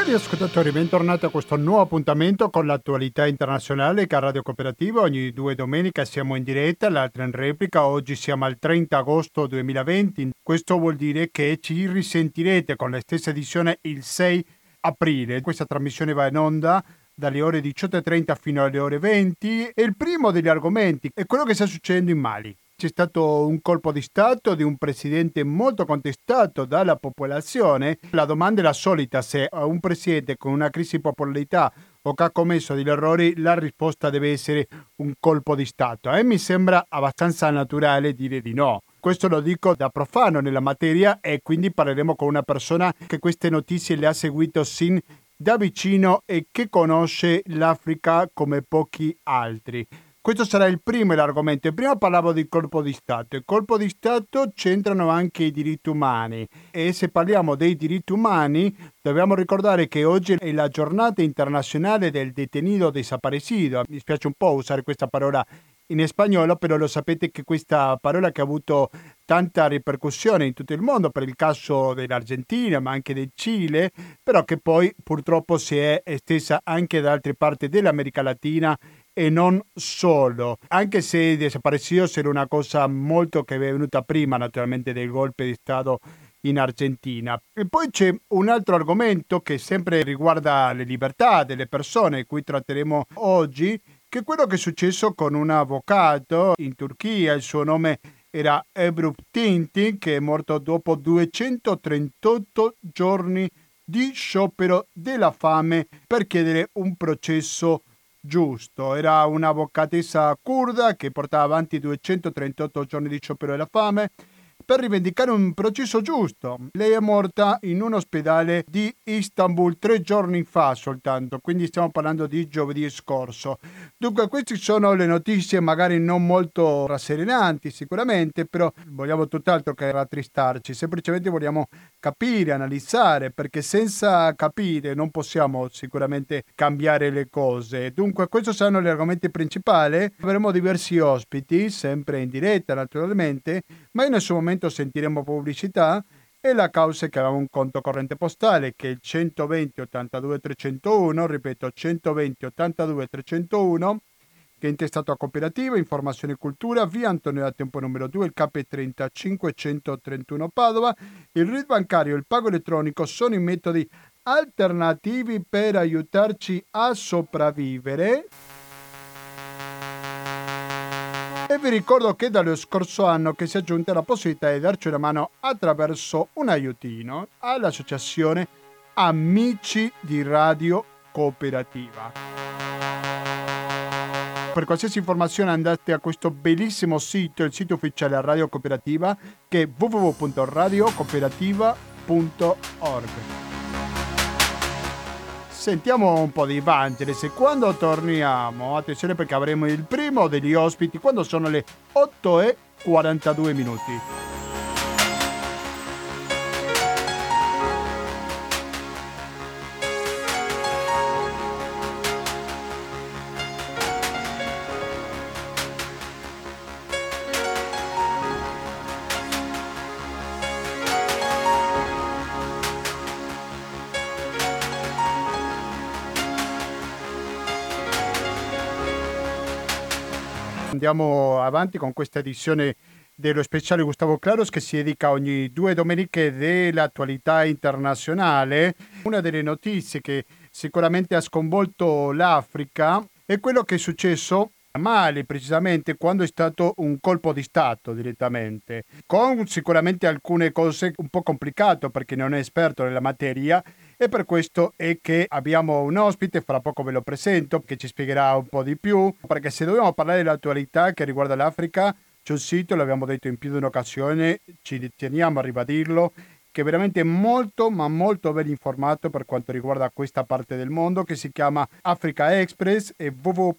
Cari ascoltatori, bentornati a questo nuovo appuntamento con l'attualità internazionale che a Radio Cooperativa ogni 2 domeniche siamo in diretta, l'altra in replica. Oggi siamo al 30 agosto 2020, questo vuol dire che ci risentirete con la stessa edizione il 6 aprile. Questa trasmissione va in onda dalle ore 18:30 fino alle ore 20 e il primo degli argomenti è quello che sta succedendo in Mali. C'è stato un colpo di stato di un presidente molto contestato dalla popolazione. La domanda è la solita: se a un presidente con una crisi di popolarità o che ha commesso degli errori, la risposta deve essere un colpo di stato. A me mi sembra abbastanza naturale dire di no. Questo lo dico da profano nella materia e quindi parleremo con una persona che queste notizie le ha seguito sin da vicino e che conosce l'Africa come pochi altri. Questo sarà il primo l'argomento. Prima parlavo di colpo di Stato. Il colpo di Stato c'entrano anche i diritti umani e se parliamo dei diritti umani dobbiamo ricordare che oggi è la giornata internazionale del detenuto desaparecido. Mi spiace un po' usare questa parola in spagnolo, però lo sapete che questa parola che ha avuto tanta ripercussione in tutto il mondo per il caso dell'Argentina ma anche del Cile, però che poi purtroppo si è estesa anche da altre parti dell'America Latina e non solo, anche se il desaparecido era una cosa molto che è venuta prima naturalmente del golpe di Stato in Argentina. E poi c'è un altro argomento che sempre riguarda le libertà delle persone, di cui tratteremo oggi, che è quello che è successo con un avvocato in Turchia. Il suo nome era Ebru Tintin, che è morto dopo 238 giorni di sciopero della fame per chiedere un processo giusto. Era un'avvocatessa curda che portava avanti 238 giorni di sciopero della fame per rivendicare un processo giusto. Lei è morta in un ospedale di Istanbul 3 giorni fa soltanto, quindi stiamo parlando di giovedì scorso. Dunque queste sono le notizie magari non molto rasserenanti sicuramente, però vogliamo tutt'altro che rattristarci, semplicemente vogliamo capire, analizzare, perché senza capire non possiamo sicuramente cambiare le cose. Dunque questi saranno gli argomenti principali. Avremo diversi ospiti, sempre in diretta naturalmente, ma in nessun momento sentiremo pubblicità e la causa è che avevamo un conto corrente postale che è il 120 82 301, ripeto 120 82 301, che è intestato a Cooperativa, Informazione e Cultura, via Antonio da Tempo numero 2, il KP30 531 Padova. Il RID bancario e il pago elettronico sono i metodi alternativi per aiutarci a sopravvivere. E vi ricordo che dallo scorso anno che si è aggiunta la possibilità di darci una mano attraverso un aiutino all'associazione Amici di Radio Cooperativa. Per qualsiasi informazione andate a questo bellissimo sito, il sito ufficiale a Radio Cooperativa, che è www.radiocooperativa.org. Sentiamo un po' di Vangelis e quando torniamo, attenzione perché avremo il primo degli ospiti quando sono le 8:42. Andiamo avanti con questa edizione dello speciale Gustavo Claros che si dedica ogni 2 domeniche dell'attualità internazionale. Una delle notizie che sicuramente ha sconvolto l'Africa è quello che è successo a Mali, precisamente quando è stato un colpo di Stato direttamente, con sicuramente alcune cose un po' complicato per chi non è esperto nella materia. E per questo è che abbiamo un ospite, fra poco ve lo presento, che ci spiegherà un po' di più, perché se dobbiamo parlare dell'attualità che riguarda l'Africa, c'è un sito, l'abbiamo detto in più di un'occasione, ci teniamo a ribadirlo, che è veramente molto, ma molto ben informato per quanto riguarda questa parte del mondo, che si chiama Africa Express e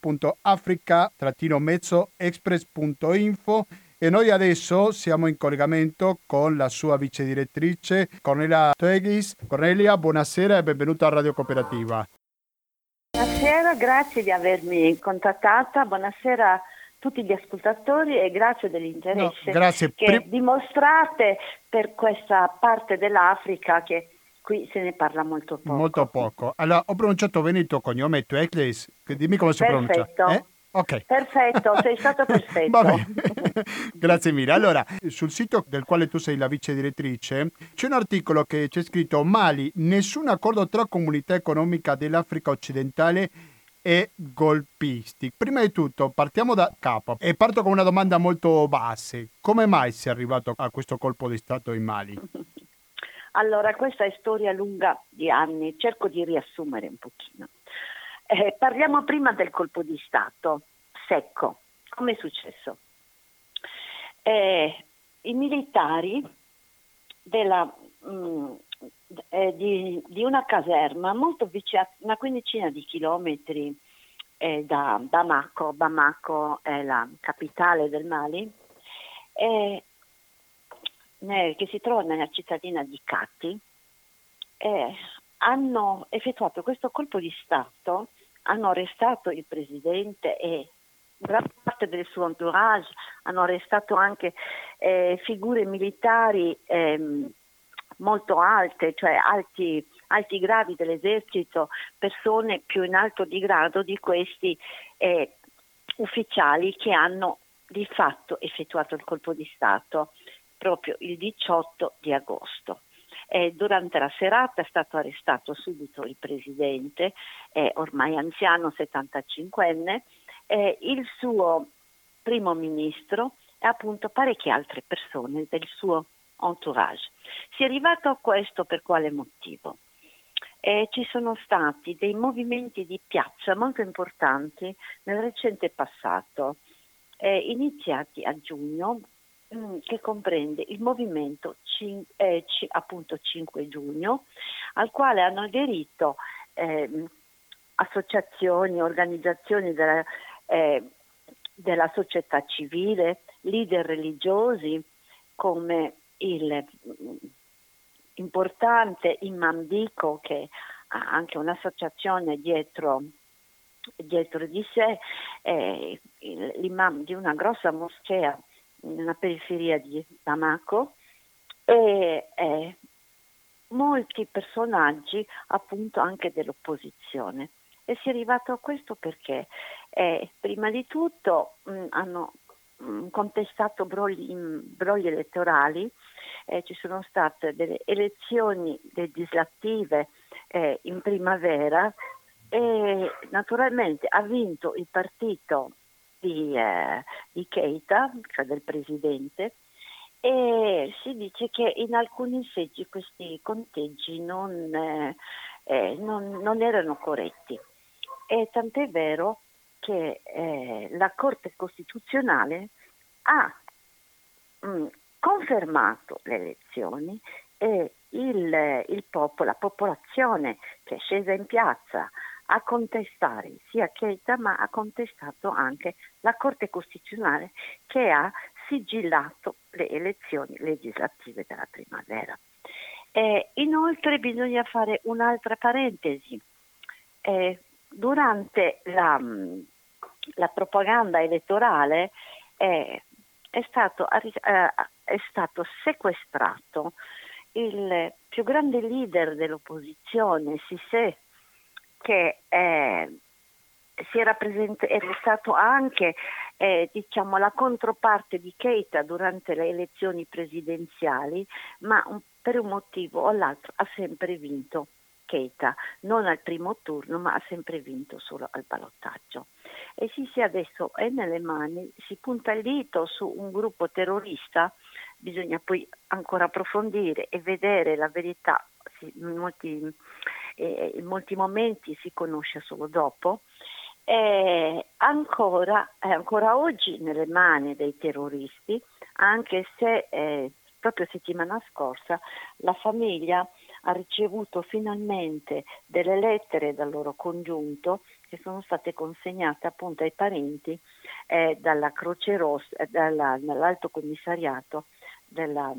www.africa-express.info. E noi adesso siamo in collegamento con la sua vice direttrice Cornelia Teghis. Cornelia, buonasera e benvenuta a Radio Cooperativa. Buonasera, grazie di avermi contattata. Buonasera a tutti gli ascoltatori e grazie dell'interesse Grazie. che dimostrate per questa parte dell'Africa che qui se ne parla molto Molto poco. poco. Allora, ho pronunciato bene il tuo cognome, Twekles, dimmi come si pronuncia. Perfetto, Ok. perfetto, sei stato Va perfetto. bene, grazie mille. Allora, sul sito del quale tu sei la vice direttrice, c'è un articolo che c'è scritto Mali, nessun accordo tra comunità economica dell'Africa occidentale e golpisti. Prima di tutto, partiamo da capo e parto con una domanda molto base. Come mai si è arrivato a questo colpo di Stato in Mali? Allora, questa è storia lunga di anni, cerco di riassumere un pochino. Parliamo prima del colpo di Stato secco. Come è successo? I militari di una caserma molto vicina, una quindicina di chilometri da Bamako. Bamako è la capitale del Mali, che si trova nella cittadina di Kati. Hanno effettuato questo colpo di Stato, hanno arrestato il presidente e gran parte del suo entourage, hanno arrestato anche figure militari molto alte, cioè alti gradi dell'esercito, persone più in alto di grado di questi ufficiali che hanno di fatto effettuato il colpo di Stato proprio il 18 di agosto. Durante la serata è stato arrestato subito il presidente, ormai anziano, 75enne, il suo primo ministro e appunto parecchie altre persone del suo entourage. Si è arrivato a questo per quale motivo? Ci sono stati dei movimenti di piazza molto importanti nel recente passato, iniziati a giugno, che comprende il movimento appunto 5 giugno, al quale hanno aderito associazioni, organizzazioni della società civile, leader religiosi come il importante Imam Diko, che ha anche un'associazione dietro di sé, l'imam di una grossa moschea nella periferia di Bamako e molti personaggi appunto anche dell'opposizione. E si è arrivato a questo perché prima di tutto hanno contestato brogli elettorali, ci sono state delle elezioni legislative in primavera e naturalmente ha vinto il partito di Keita, cioè del presidente, e si dice che in alcuni seggi questi conteggi non erano corretti. E tant'è vero che la Corte Costituzionale ha confermato le elezioni e la popolazione che è scesa in piazza a contestare sia Keita, ma ha contestato anche la Corte Costituzionale che ha sigillato le elezioni legislative della primavera. Inoltre bisogna fare un'altra parentesi. Durante la propaganda elettorale è stato sequestrato il più grande leader dell'opposizione, Cissé, che era stato anche la controparte di Keita durante le elezioni presidenziali, ma per un motivo o l'altro ha sempre vinto Keita, non al primo turno, ma ha sempre vinto solo al ballottaggio. E Sisi adesso è nelle mani, si punta il dito su un gruppo terrorista, bisogna poi ancora approfondire e vedere la verità, in molti momenti si conosce solo dopo. È ancora oggi nelle mani dei terroristi, anche se proprio settimana scorsa la famiglia ha ricevuto finalmente delle lettere dal loro congiunto che sono state consegnate appunto ai parenti dalla Croce Rossa, dall'Alto Commissariato della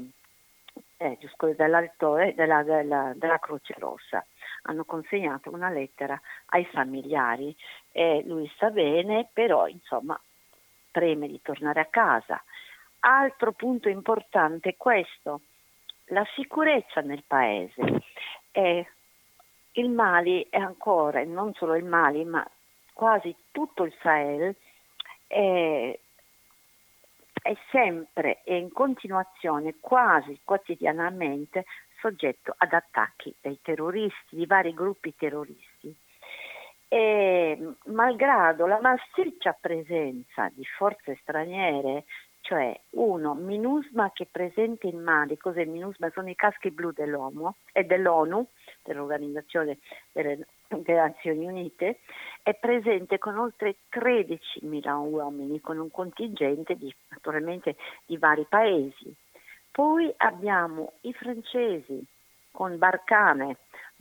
Croce Rossa. Hanno consegnato una lettera ai familiari e lui sta bene, però insomma preme di tornare a casa. Altro punto importante è questo: la sicurezza nel paese. il Mali è ancora, e non solo il Mali, ma quasi tutto il Sahel è sempre e in continuazione, quasi quotidianamente, soggetto ad attacchi dei terroristi, di vari gruppi terroristi. E, malgrado la massiccia presenza di forze straniere, cioè MINUSMA che è presente in Mali, cos'è il MINUSMA? Sono i caschi blu dell'ONU, dell'Organizzazione delle Nazioni Unite, è presente con oltre 13.000 uomini, con un contingente naturalmente di vari paesi. Poi abbiamo i francesi con Barkhane,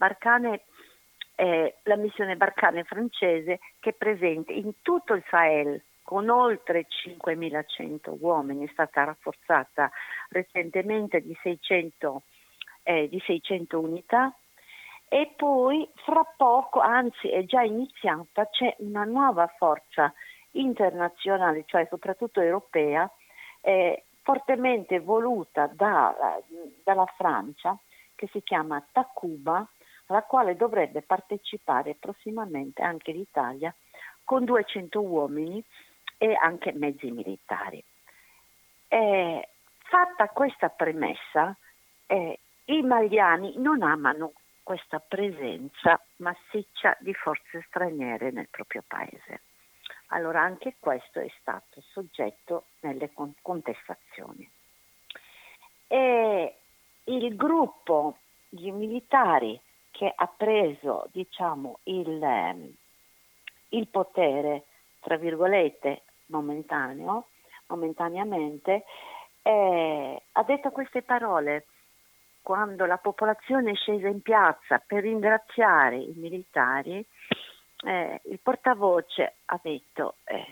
la missione Barkhane francese che è presente in tutto il Sahel con oltre 5.100 uomini, è stata rafforzata recentemente di 600 unità. E poi fra poco, anzi è già iniziata, c'è una nuova forza internazionale, cioè soprattutto europea, fortemente voluta dalla Francia, che si chiama Takuba, alla quale dovrebbe partecipare prossimamente anche l'Italia con 200 uomini e anche mezzi militari. Fatta questa premessa, i maliani non amano questa presenza massiccia di forze straniere nel proprio paese. Allora anche questo è stato soggetto nelle contestazioni. E il gruppo di militari che ha preso, diciamo, il potere, tra virgolette, momentaneamente, ha detto queste parole quando la popolazione è scesa in piazza per ringraziare i militari. Il portavoce ha detto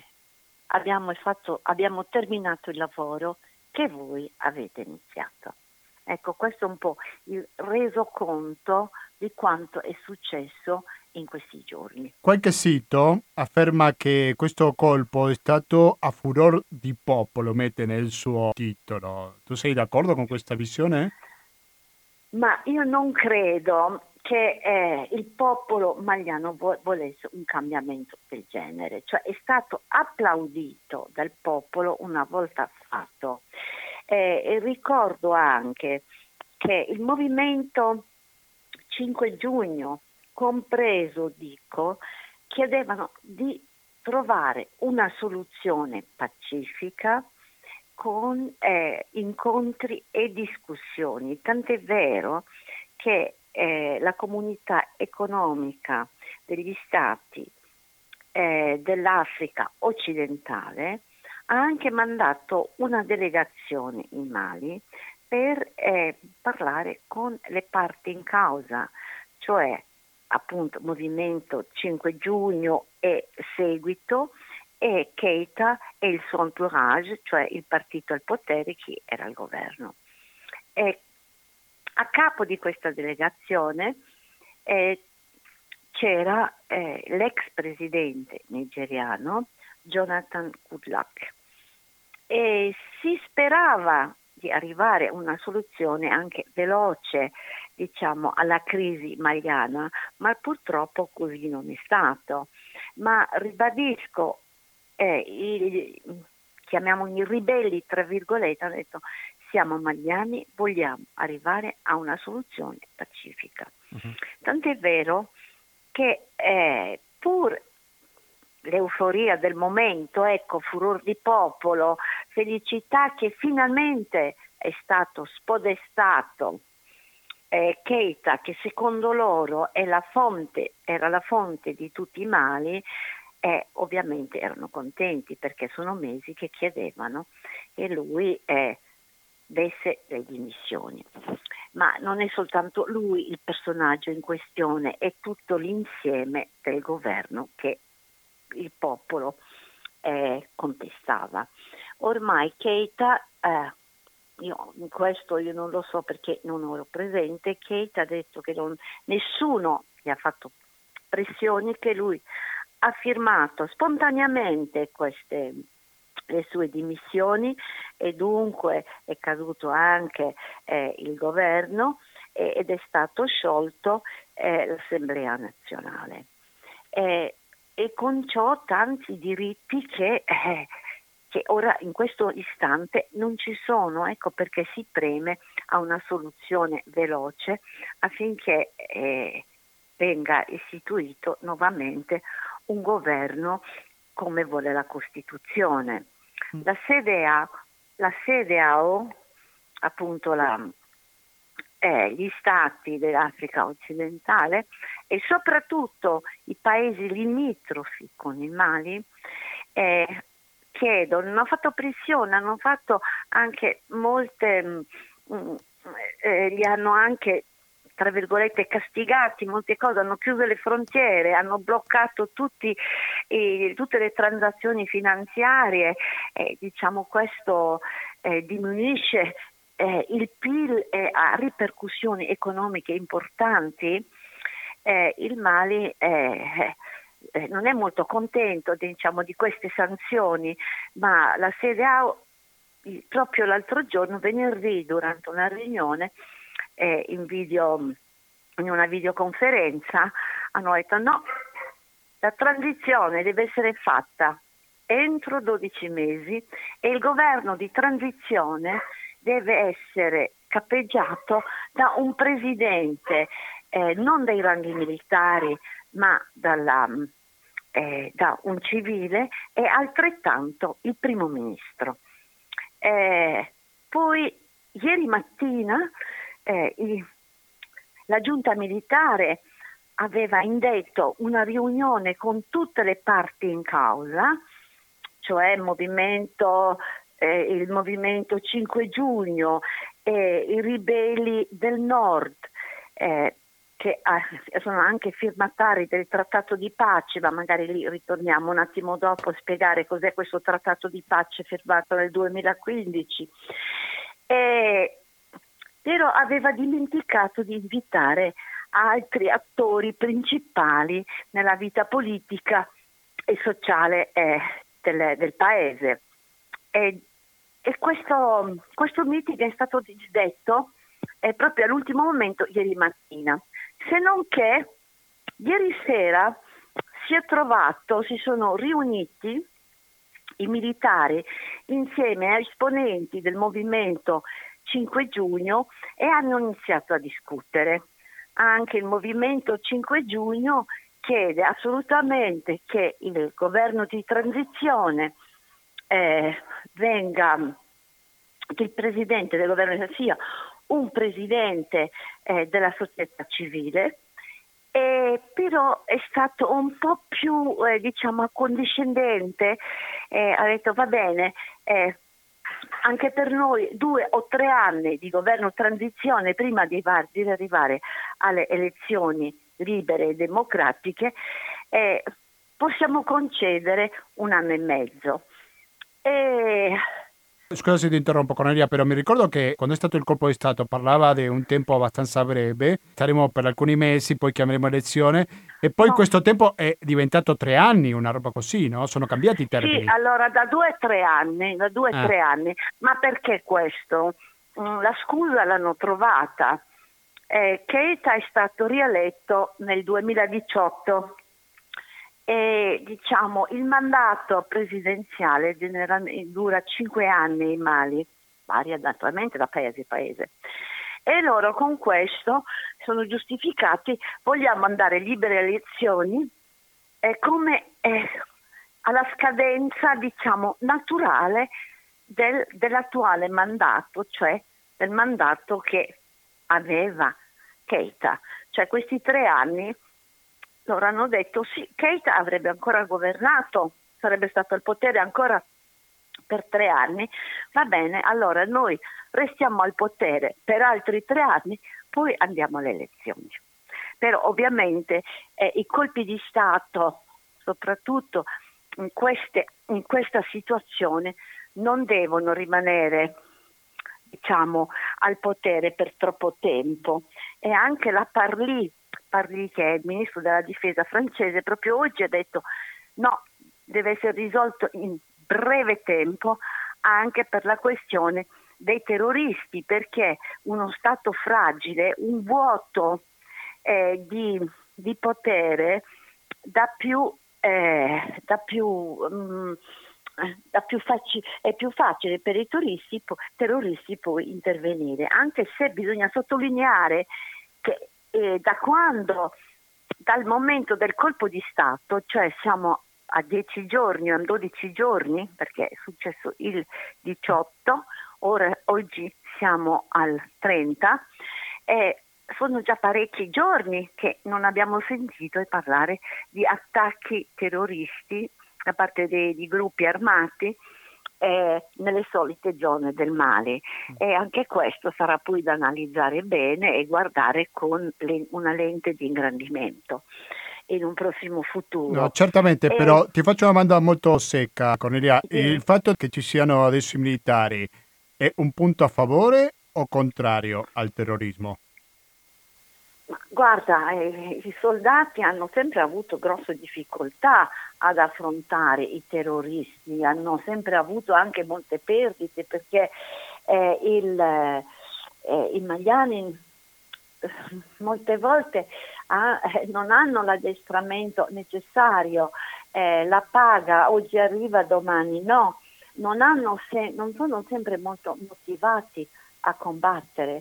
abbiamo terminato il lavoro che voi avete iniziato. Ecco, questo è un po' il resoconto di quanto è successo in questi giorni. Qualche sito afferma che questo colpo è stato a furor di popolo, mette nel suo titolo. Tu sei d'accordo con questa visione? Ma io non credo che il popolo maliano volesse un cambiamento del genere, cioè è stato applaudito dal popolo una volta fatto. E ricordo anche che il movimento 5 giugno, compreso Dico, chiedevano di trovare una soluzione pacifica con incontri e discussioni, tant'è vero che la comunità economica degli stati dell'Africa occidentale ha anche mandato una delegazione in Mali per parlare con le parti in causa, cioè appunto Movimento 5 giugno e seguito, e Keita e il suo entourage, cioè il partito al potere che era al governo. E a capo di questa delegazione c'era l'ex presidente nigeriano Jonathan Goodluck e si sperava di arrivare a una soluzione anche veloce, diciamo, alla crisi maliana, ma purtroppo così non è stato. Ma ribadisco, chiamiamoli ribelli, tra virgolette, hanno detto siamo maliani, vogliamo arrivare a una soluzione pacifica. Uh-huh. Tant'è vero che pur l'euforia del momento, ecco, furor di popolo, felicità che finalmente è stato spodestato Keita, che secondo loro era la fonte di tutti i mali, ovviamente erano contenti perché sono mesi che chiedevano che lui desse le dimissioni. Ma non è soltanto lui il personaggio in questione, è tutto l'insieme del governo che il popolo contestava. Ormai Keita, io non lo so perché non ero presente, Keita ha detto che nessuno gli ha fatto pressioni, che lui ha firmato spontaneamente le sue dimissioni e dunque è caduto anche il governo ed è stato sciolto l'Assemblea nazionale. E con ciò tanti diritti che ora in questo istante non ci sono, ecco perché si preme a una soluzione veloce affinché venga istituito nuovamente un governo come vuole la Costituzione. La CEDEAO, appunto gli stati dell'Africa occidentale e soprattutto i paesi limitrofi con il Mali chiedono, hanno fatto pressione, hanno fatto anche molte, li hanno anche tra virgolette castigati, molte cose, hanno chiuso le frontiere, hanno bloccato tutte le transazioni finanziarie, diciamo questo diminuisce il PIL e ha ripercussioni economiche importanti. Il Mali non è molto contento diciamo, di queste sanzioni, ma la CEDEAO proprio l'altro giorno, venerdì, durante una riunione in una videoconferenza, hanno detto no, la transizione deve essere fatta entro 12 mesi e il governo di transizione deve essere capeggiato da un presidente, non dai ranghi militari, ma da un civile e altrettanto il primo ministro. Poi ieri mattina la giunta militare aveva indetto una riunione con tutte le parti in causa, cioè il movimento 5 giugno, i ribelli del nord, che sono anche firmatari del trattato di pace, ma magari lì ritorniamo un attimo dopo a spiegare cos'è questo trattato di pace firmato nel 2015. Però aveva dimenticato di invitare altri attori principali nella vita politica e sociale del paese. E questo meeting è stato disdetto proprio all'ultimo momento ieri mattina, se non che ieri sera si sono riuniti i militari insieme a esponenti del movimento 5 giugno e hanno iniziato a discutere. Anche il movimento 5 giugno chiede assolutamente che il governo di transizione che il presidente del governo sia un presidente della società civile, però è stato un po' più accondiscendente, ha detto va bene, anche per noi 2 o 3 anni di governo transizione prima di arrivare alle elezioni libere e democratiche possiamo concedere 1 anno e mezzo. Scusa se ti interrompo Cornelia, però mi ricordo che quando è stato il colpo di Stato parlava di un tempo abbastanza breve, saremo per alcuni mesi, poi chiameremo elezione e poi questo tempo è diventato 3 anni, una roba così, no? Sono cambiati i termini. Sì, allora da 2 a 3 anni, ma perché questo? La scusa l'hanno trovata. Keita è stato rieletto nel 2018 e il mandato presidenziale generalmente dura 5 anni in Mali, varia naturalmente da paese a paese. E loro con questo sono giustificati, vogliamo andare libere elezioni come alla scadenza naturale dell'attuale mandato, cioè del mandato che aveva Keita. Cioè questi 3 anni loro hanno detto sì, Keita avrebbe ancora governato, sarebbe stato al potere ancora per 3 anni, va bene, allora noi restiamo al potere per altri 3 anni, poi andiamo alle elezioni. Però ovviamente i colpi di Stato, soprattutto in questa situazione, non devono rimanere al potere per troppo tempo. E anche la Parly, che è il ministro della difesa francese, proprio oggi ha detto no, deve essere risolto in breve tempo anche per la questione dei terroristi, perché uno Stato fragile, un vuoto di potere dà più, è più facile per i terroristi poi intervenire, anche se bisogna sottolineare che dal momento del colpo di Stato, cioè siamo a 10 giorni o a 12 giorni, perché è successo il 18, oggi siamo al 30, sono già parecchi giorni che non abbiamo sentito parlare di attacchi terroristi da parte di gruppi armati nelle solite zone del Mali, e anche questo sarà poi da analizzare bene e guardare con una lente di ingrandimento in un prossimo No, futuro. certamente, però ti faccio una domanda molto secca, Cornelia. Il Dimmi. fatto che ci siano adesso i militari è un punto a favore o contrario al terrorismo? Ma guarda, i soldati hanno sempre avuto grosse difficoltà ad affrontare i terroristi, hanno sempre avuto anche molte perdite, perché i maliani molte volte non hanno l'addestramento necessario, la paga oggi arriva, domani no, non sono sempre molto motivati a combattere.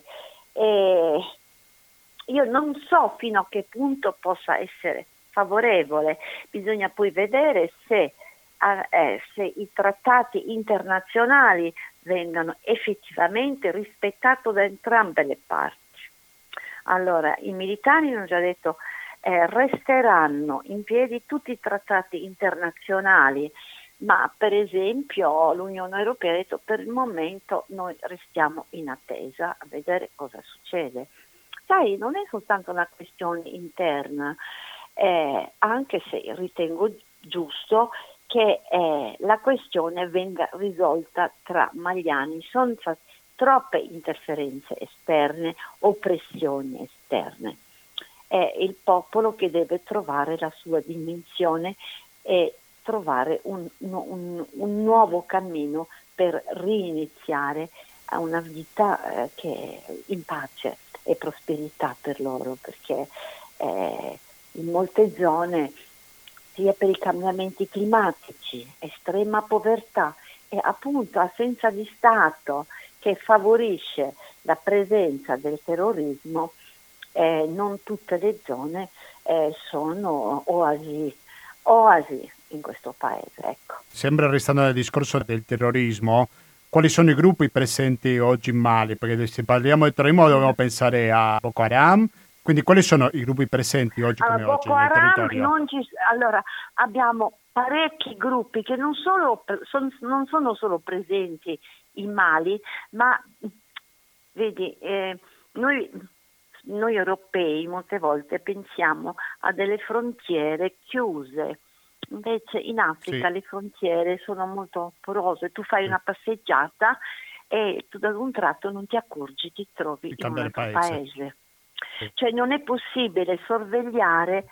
Io non so fino a che punto possa essere favorevole, bisogna poi vedere se i trattati internazionali vengano effettivamente rispettati da entrambe le parti. Allora, i militari hanno già detto resteranno in piedi tutti i trattati internazionali, ma per esempio l'Unione Europea ha detto per il momento noi restiamo in attesa a vedere cosa succede. Sai, non è soltanto una questione interna, anche se ritengo giusto che la questione venga risolta tra maliani senza troppe interferenze esterne o pressioni esterne. È il popolo che deve trovare la sua dimensione e trovare un nuovo cammino per riniziare a una vita che in pace e prosperità per loro, perché in molte zone, sia per i cambiamenti climatici, estrema povertà e appunto assenza di Stato che favorisce la presenza del terrorismo, non tutte le zone sono oasi in questo paese. Ecco. Sempre restando nel discorso del terrorismo, quali sono i gruppi presenti oggi in Mali? Perché se parliamo del terrorismo dobbiamo pensare a Boko Haram, quindi quali sono i gruppi presenti oggi Allora, come oggi Boko nel Haram territorio? allora, abbiamo parecchi gruppi che non sono solo presenti in Mali, ma vedi, noi europei molte volte pensiamo a delle frontiere chiuse, invece in Africa Sì, le frontiere sono molto porose, tu fai una passeggiata e tu da un tratto non ti accorgi, ti trovi di in un cambiare altro paese. paese. Sì. Cioè non è possibile sorvegliare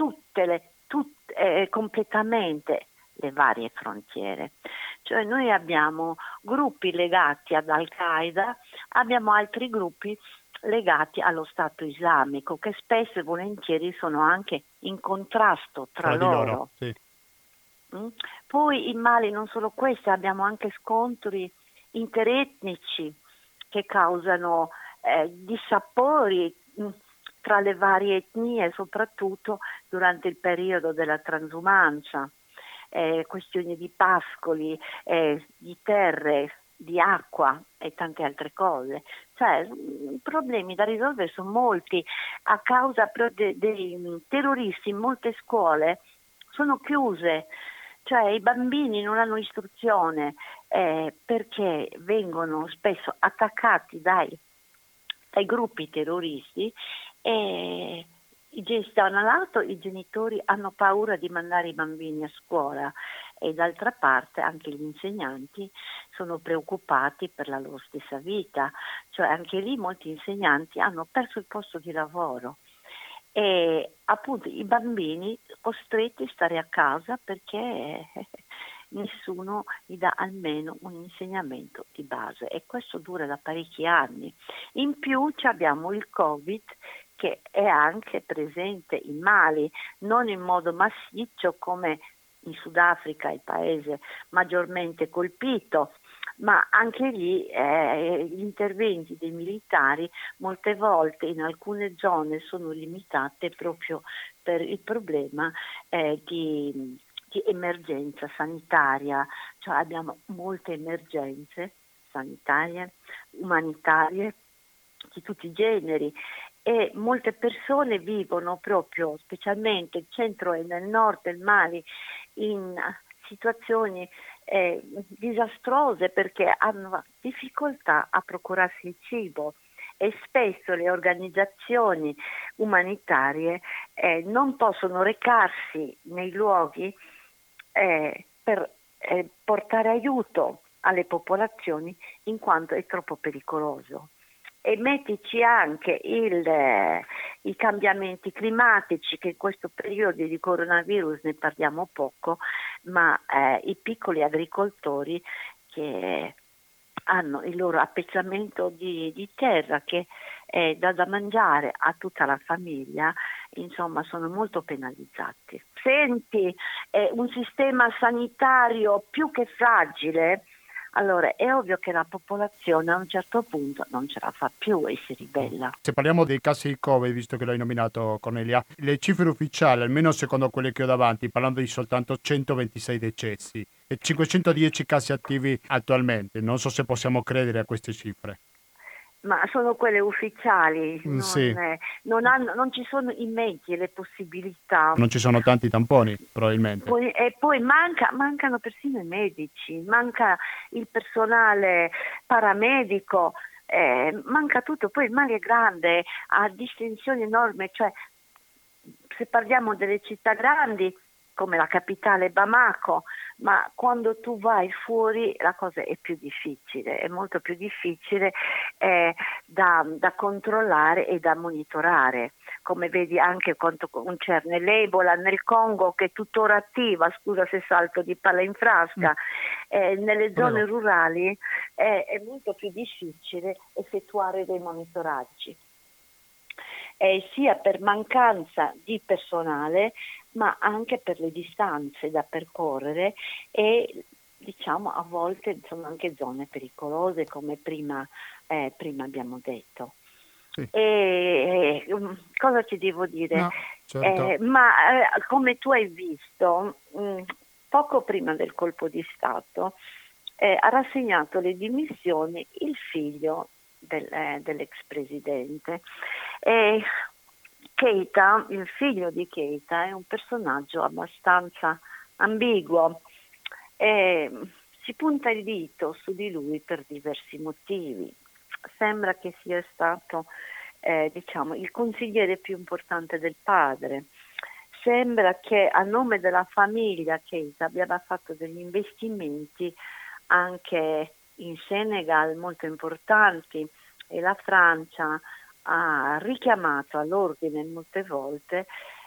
completamente le varie frontiere. Cioè noi abbiamo gruppi legati ad Al-Qaeda, abbiamo altri gruppi legati allo Stato islamico che spesso e volentieri sono anche in contrasto tra Tra di loro, loro. sì. Poi in Mali non solo questo, abbiamo anche scontri interetnici che causano dissapori tra le varie etnie, soprattutto durante il periodo della transumanza, questioni di pascoli, di terre, di acqua e tante altre cose. Cioè, i problemi da risolvere sono molti. A causa dei terroristi in molte scuole sono chiuse, cioè i bambini non hanno istruzione perché vengono spesso attaccati dai gruppi terroristi e da un lato i genitori hanno paura di mandare i bambini a scuola e d'altra parte anche gli insegnanti sono preoccupati per la loro stessa vita, cioè anche lì molti insegnanti hanno perso il posto di lavoro e appunto i bambini costretti a stare a casa perché nessuno gli dà almeno un insegnamento di base e questo dura da parecchi anni. In più abbiamo il Covid che è anche presente in Mali, non in modo massiccio come in Sudafrica, il paese maggiormente colpito, ma anche lì gli interventi dei militari molte volte in alcune zone sono limitate proprio per il problema di emergenza sanitaria, cioè abbiamo molte emergenze sanitarie, umanitarie di tutti i generi e molte persone vivono proprio, specialmente nel centro e nel nord del Mali, in situazioni disastrose perché hanno difficoltà a procurarsi il cibo e spesso le organizzazioni umanitarie non possono recarsi nei luoghi per portare aiuto alle popolazioni in quanto è troppo pericoloso. E mettici anche i cambiamenti climatici, che in questo periodo di coronavirus ne parliamo poco, ma i piccoli agricoltori che hanno il loro appezzamento di terra che dà da mangiare a tutta la famiglia, insomma sono molto penalizzati. Senti, un sistema sanitario più che fragile, allora è ovvio che la popolazione a un certo punto non ce la fa più e si ribella. Se parliamo dei casi di Covid, visto che l'hai nominato Cornelia, le cifre ufficiali, almeno secondo quelle che ho davanti, parlando di soltanto 126 decessi e 510 casi attivi attualmente. Non so se possiamo credere a queste cifre. Ma sono quelle ufficiali, Sì, non ci sono i mezzi e le possibilità. non ci sono tanti tamponi, probabilmente. E poi mancano persino i medici, manca il personale paramedico, manca tutto. Poi il mare è grande, ha distensioni enormi, cioè se parliamo delle città grandi come la capitale Bamako, ma quando tu vai fuori la cosa è più difficile, è molto più difficile da controllare e da monitorare, come vedi anche quanto concerne l'Ebola nel Congo che è tuttora attiva, scusa se salto di palla in frasca, nelle zone rurali è molto più difficile effettuare dei monitoraggi. Sia per mancanza di personale ma anche per le distanze da percorrere e diciamo a volte sono anche zone pericolose come prima abbiamo detto. Sì. Cosa ti devo dire? No, certo. Come tu hai visto, poco prima del colpo di Stato ha rassegnato le dimissioni il figlio dell'ex presidente. Keita, il figlio di Keita, è un personaggio abbastanza ambiguo. Si punta il dito su di lui per diversi motivi. Sembra che sia stato il consigliere più importante del padre. Sembra che a nome della famiglia Keita abbia fatto degli investimenti anche in Senegal molto importanti e la Francia ha richiamato all'ordine molte volte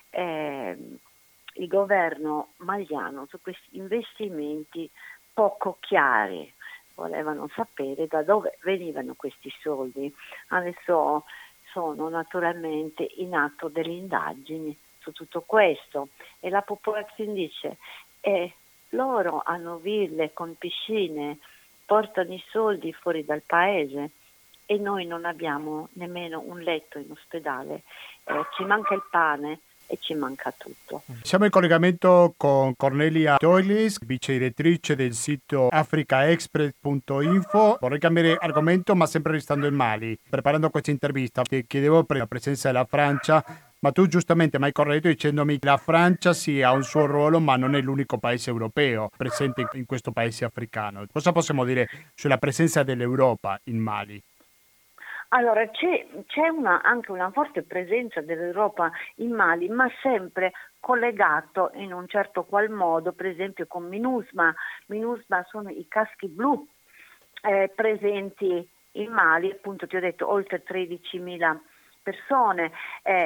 il governo maliano su questi investimenti poco chiari. Volevano sapere da dove venivano questi soldi. Adesso sono naturalmente in atto delle indagini su tutto questo e la popolazione dice loro hanno ville con piscine, portano i soldi fuori dal paese e noi non abbiamo nemmeno un letto in ospedale, ci manca il pane e ci manca tutto. Siamo in collegamento con Cornelia Doilis, vice direttrice del sito africaexpress.info. Vorrei cambiare argomento, ma sempre restando in Mali. Preparando questa intervista ti chiedevo per la presenza della Francia, ma tu giustamente mi hai corretto dicendomi che la Francia sì ha un suo ruolo, ma non è l'unico paese europeo presente in questo paese africano. Cosa possiamo dire sulla presenza dell'Europa in Mali? Allora, c'è anche una forte presenza dell'Europa in Mali, ma sempre collegato in un certo qual modo, per esempio con MINUSMA. MINUSMA sono i caschi blu presenti in Mali, appunto ti ho detto oltre 13.000 persone,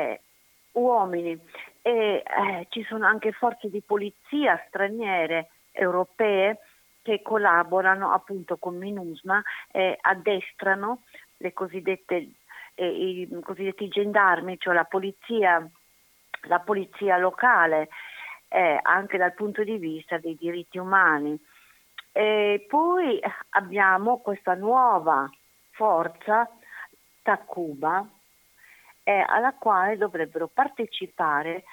uomini, e ci sono anche forze di polizia straniere europee che collaborano appunto con MINUSMA e addestrano le cosiddette, i cosiddetti gendarmi, cioè la polizia locale, anche dal punto di vista dei diritti umani. E poi abbiamo questa nuova forza, Takuba, alla quale dovrebbero partecipare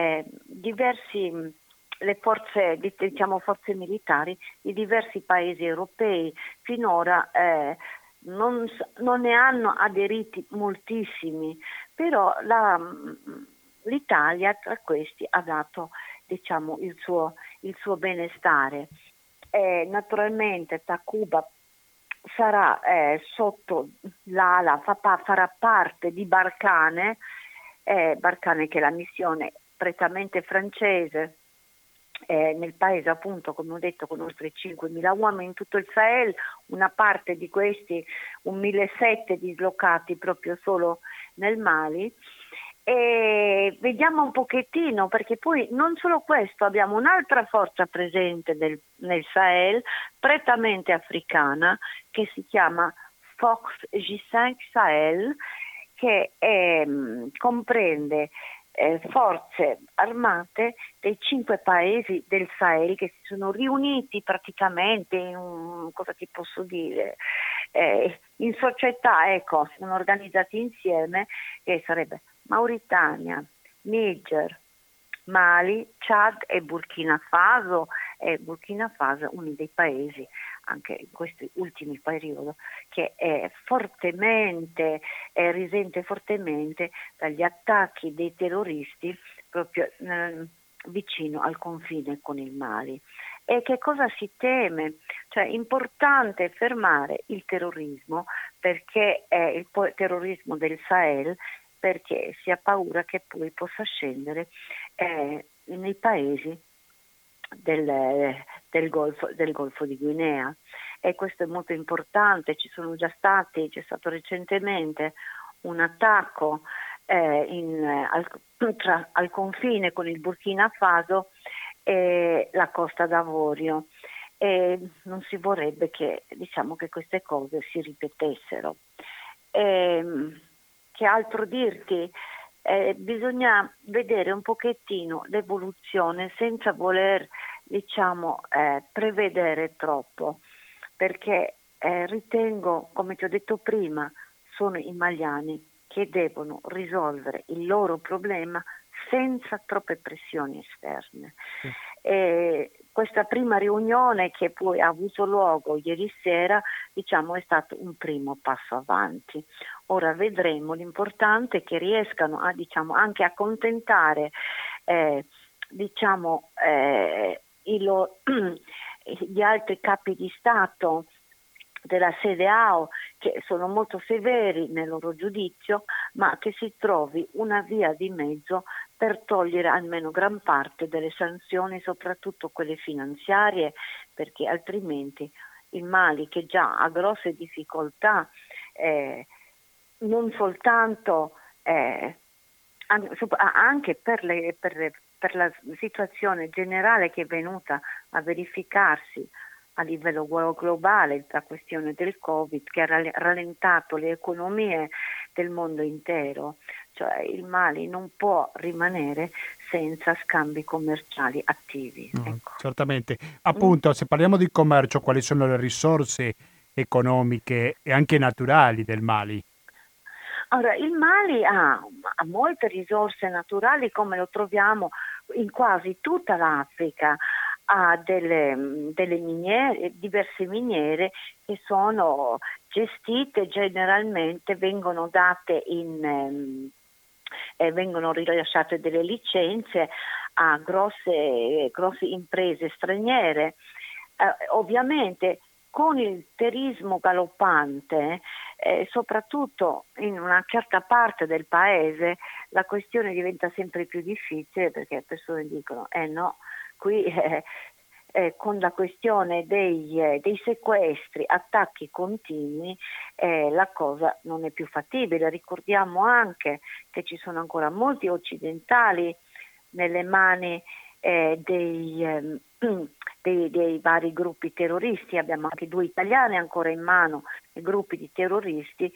le forze, diciamo, forze militari di diversi paesi europei. Finora non ne hanno aderiti moltissimi, però l'Italia tra questi ha dato, diciamo, il suo benestare. Naturalmente Takuba sarà sotto l'ala, farà parte di Barkhane, Barkhane che è la missione prettamente francese nel paese, appunto, come ho detto, con oltre 5.000 uomini in tutto il Sahel, una parte di questi, 1.700 dislocati proprio solo nel Mali. E vediamo un pochettino, perché poi non solo questo, abbiamo un'altra forza presente nel Sahel, prettamente africana, che si chiama Fox G5 Sahel, che comprende forze armate dei 5 paesi del Sahel che si sono riuniti praticamente cosa ti posso dire, in società, ecco, si sono organizzati insieme, che sarebbe Mauritania, Niger, Mali, Chad e Burkina Faso. Burkina Faso è uno dei paesi, anche in questi ultimi periodi, che risente fortemente dagli attacchi dei terroristi proprio vicino al confine con il Mali. E che cosa si teme? Cioè, è importante fermare il terrorismo, perché è il terrorismo del Sahel, perché si ha paura che poi possa scendere nei paesi del Golfo di Guinea, e questo è molto importante. C'è stato recentemente un attacco al confine con il Burkina Faso e la Costa d'Avorio, e non si vorrebbe che, diciamo, che queste cose si ripetessero. Che altro dirti? Bisogna vedere un pochettino l'evoluzione senza voler, diciamo, prevedere troppo, perché ritengo, come ti ho detto prima, sono i maliani che devono risolvere il loro problema senza troppe pressioni esterne. Questa prima riunione, che poi ha avuto luogo ieri sera, diciamo, è stato un primo passo avanti. Ora vedremo. L'importante è che riescano a, diciamo, anche a accontentare gli altri capi di Stato della CEDEAO, che sono molto severi nel loro giudizio, ma che si trovi una via di mezzo per togliere almeno gran parte delle sanzioni, soprattutto quelle finanziarie, perché altrimenti il Mali, che già ha grosse difficoltà, non soltanto anche per la situazione generale che è venuta a verificarsi a livello globale, la questione del Covid, che ha rallentato le economie del mondo intero. Cioè, il Mali non può rimanere senza scambi commerciali attivi. Ecco. Certamente. Appunto, se parliamo di commercio, quali sono le risorse economiche e anche naturali del Mali? Allora, il Mali ha molte risorse naturali, come lo troviamo in quasi tutta l'Africa. Ha delle miniere, diverse miniere che sono gestite, generalmente vengono date vengono rilasciate delle licenze a grosse imprese straniere. Ovviamente con il turismo galoppante, soprattutto in una certa parte del paese, la questione diventa sempre più difficile, perché le persone dicono no, qui con la questione dei sequestri, attacchi continui, la cosa non è più fattibile. Ricordiamo anche che ci sono ancora molti occidentali nelle mani dei vari gruppi terroristi. Abbiamo anche 2 italiani ancora in mano, gruppi di terroristi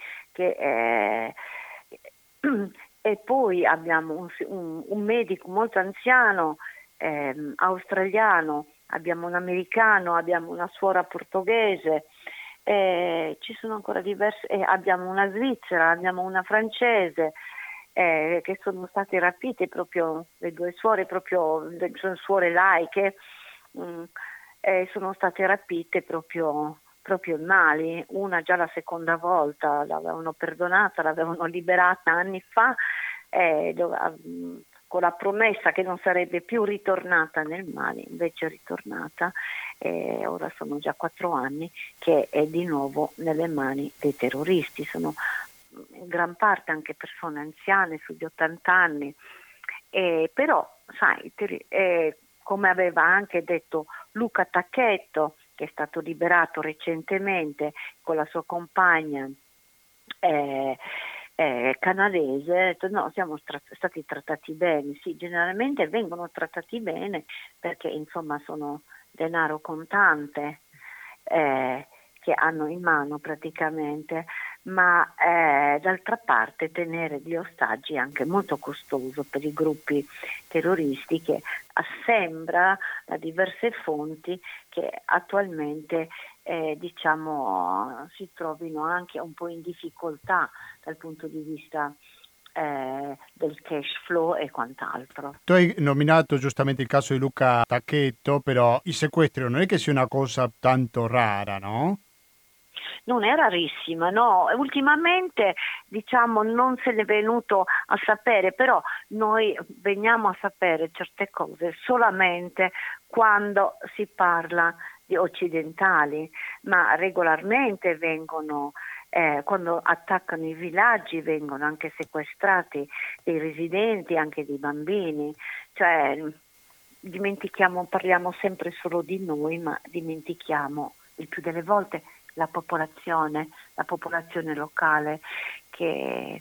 e poi abbiamo un medico molto anziano australiano, abbiamo un americano, abbiamo una suora portoghese, ci sono ancora diverse, abbiamo una svizzera, abbiamo una francese, che sono state rapite proprio, le 2 suore, proprio sono suore laiche, sono state rapite proprio in Mali, una già la seconda volta, l'avevano perdonata, l'avevano liberata anni fa, con la promessa che non sarebbe più ritornata nel Mali, invece è ritornata, ora sono già 4 anni che è di nuovo nelle mani dei terroristi. Sono in gran parte anche persone anziane, sugli 80 anni, però sai, come aveva anche detto Luca Tacchetto, che è stato liberato recentemente con la sua compagna canadese, ha detto no, siamo stati trattati bene. Sì, generalmente vengono trattati bene perché insomma sono denaro contante che hanno in mano praticamente, ma d'altra parte tenere gli ostaggi è anche molto costoso per i gruppi terroristi, che sembra da diverse fonti che attualmente si trovino anche un po' in difficoltà dal punto di vista del cash flow e quant'altro. Tu hai nominato giustamente il caso di Luca Tacchetto, però i sequestri non è che sia una cosa tanto rara, no? Non è rarissima, no, ultimamente non se ne è venuto a sapere, però noi veniamo a sapere certe cose solamente quando si parla di occidentali, ma regolarmente vengono, quando attaccano i villaggi, vengono anche sequestrati dei residenti, anche dei bambini, cioè parliamo sempre solo di noi, ma dimentichiamo il più delle volte la popolazione locale che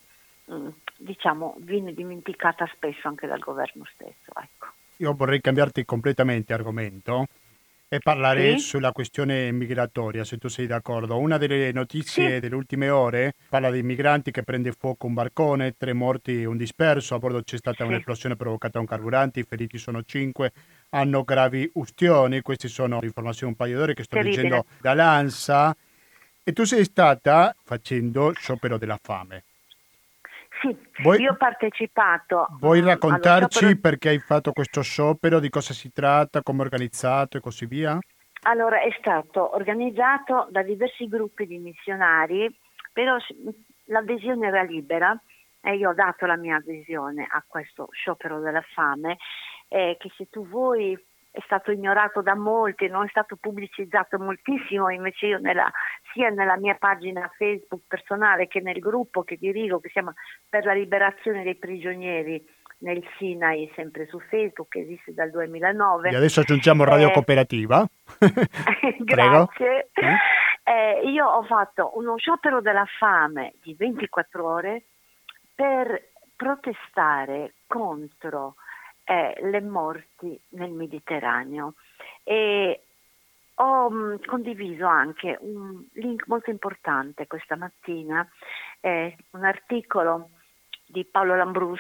viene dimenticata spesso anche dal governo stesso. Ecco. Io vorrei cambiarti completamente argomento e parlare Sì? sulla questione migratoria, se tu sei d'accordo. Una delle Sì, notizie delle ultime ore parla di migranti che prende fuoco un barcone, 3 morti e un disperso. A bordo c'è stata sì, un'esplosione provocata da un carburante, i feriti sono 5, hanno gravi ustioni. Queste sono le informazioni un paio d'ore che sto terribile. leggendo dall'ANSA. E tu sei stata facendo sciopero della fame. Sì, Vuoi, io ho partecipato vuoi allo sciopero. raccontarci perché hai fatto questo sciopero, di cosa si tratta, come è organizzato e così via? Allora, è stato organizzato da diversi gruppi di missionari, però l'adesione era libera e io ho dato la mia adesione a questo sciopero della fame, che se tu vuoi è stato ignorato da molti, non è stato pubblicizzato moltissimo, invece io sia nella mia pagina Facebook personale che nel gruppo che dirigo, che si chiama Per la liberazione dei prigionieri nel Sinai, sempre su Facebook, che esiste dal E 2009. adesso aggiungiamo Radio Cooperativa. Prego. Grazie. Eh? Io ho fatto uno sciopero della fame di 24 ore per protestare contro le morti nel Mediterraneo e ho condiviso anche un link molto importante questa mattina, un articolo di Paolo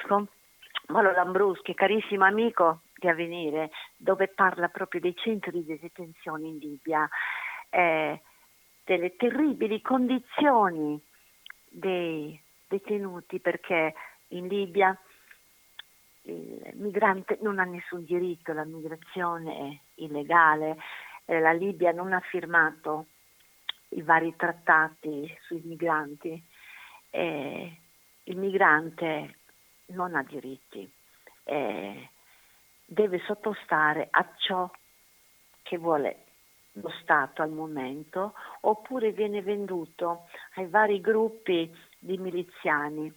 Lambruschi, carissimo amico di Avvenire, dove parla proprio dei centri di detenzione in Libia, delle terribili condizioni dei detenuti, perché in Libia il migrante non ha nessun diritto, la migrazione è illegale, la Libia non ha firmato i vari trattati sui migranti, il migrante non ha diritti, deve sottostare a ciò che vuole lo Stato al momento, oppure viene venduto ai vari gruppi di miliziani.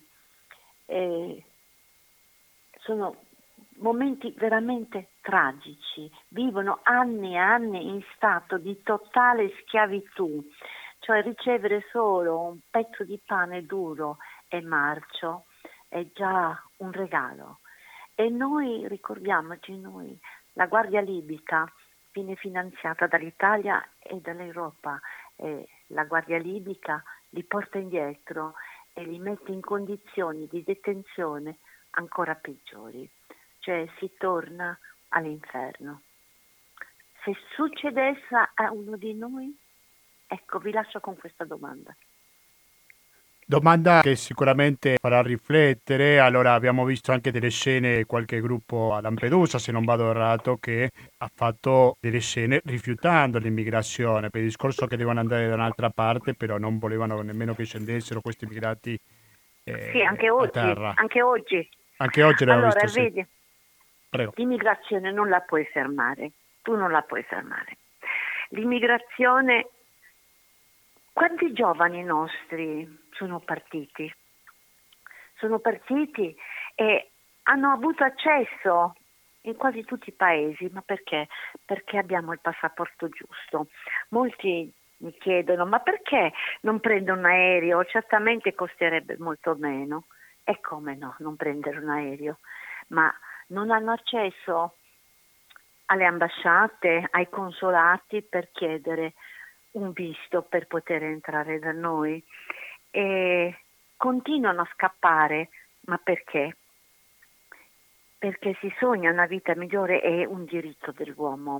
Sono momenti veramente tragici, vivono anni e anni in stato di totale schiavitù, cioè ricevere solo un pezzo di pane duro e marcio è già un regalo. E noi, ricordiamoci, noi La Guardia Libica viene finanziata dall'Italia e dall'Europa e la Guardia Libica li porta indietro e li mette in condizioni di detenzione ancora peggiori, cioè si torna all'inferno. Se succedesse a uno di noi, ecco, vi lascio con questa domanda. Domanda che sicuramente farà riflettere. Allora, abbiamo visto anche delle scene, qualche gruppo a Lampedusa, se non vado errato, che ha fatto delle scene rifiutando l'immigrazione per il discorso che devono andare da un'altra parte, però non volevano nemmeno che scendessero questi immigrati Sì, anche a oggi, terra. anche oggi. Anche oggi l'abbiamo Allora, visto, sì. vedi, Prego. l'immigrazione non la puoi fermare, tu non la puoi fermare. L'immigrazione, quanti giovani nostri sono partiti? Sono partiti e hanno avuto accesso in quasi tutti i paesi, ma perché? Perché abbiamo il passaporto giusto. Molti mi chiedono, ma perché non prendo un aereo? Certamente costerebbe molto meno. E come no, non prendere un aereo? Ma non hanno accesso alle ambasciate, ai consolati per chiedere un visto per poter entrare da noi e continuano a scappare, ma perché? Perché si sogna una vita migliore, è un diritto dell'uomo.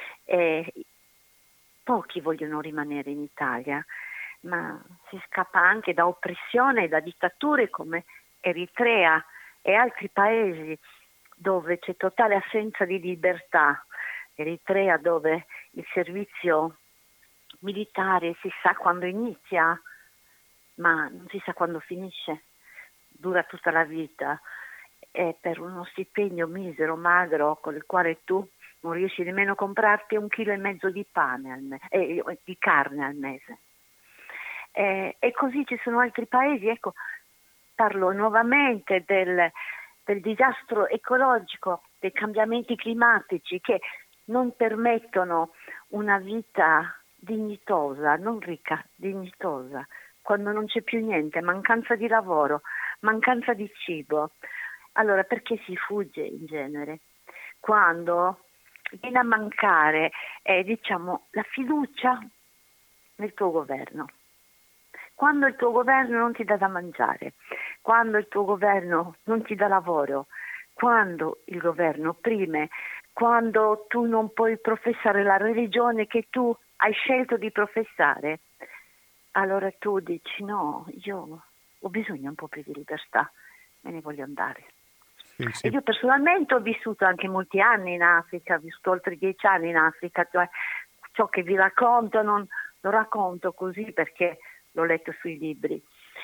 Pochi vogliono rimanere in Italia, ma si scappa anche da oppressione e da dittature come Eritrea e altri paesi dove c'è totale assenza di libertà. Eritrea dove il servizio militare si sa quando inizia, ma non si sa quando finisce, dura tutta la vita e per uno stipendio misero, magro, con il quale tu non riesci nemmeno a comprarti 1,5 chili di pane di carne al mese. E così ci sono altri paesi, ecco, parlo nuovamente del disastro ecologico, dei cambiamenti climatici che non permettono una vita dignitosa, non ricca, dignitosa, quando non c'è più niente, mancanza di lavoro, mancanza di cibo. Allora perché si fugge in genere? Quando viene a mancare la fiducia nel tuo governo. Quando il tuo governo non ti dà da mangiare, quando il tuo governo non ti dà lavoro, quando il governo opprime, quando tu non puoi professare la religione che tu hai scelto di professare, allora tu dici no, io ho bisogno un po' più di libertà, me ne voglio andare. Sì, sì. E io personalmente ho vissuto anche molti anni in Africa, ho vissuto oltre 10 anni in Africa, cioè ciò che vi racconto non lo racconto così perché l'ho letto sui libri.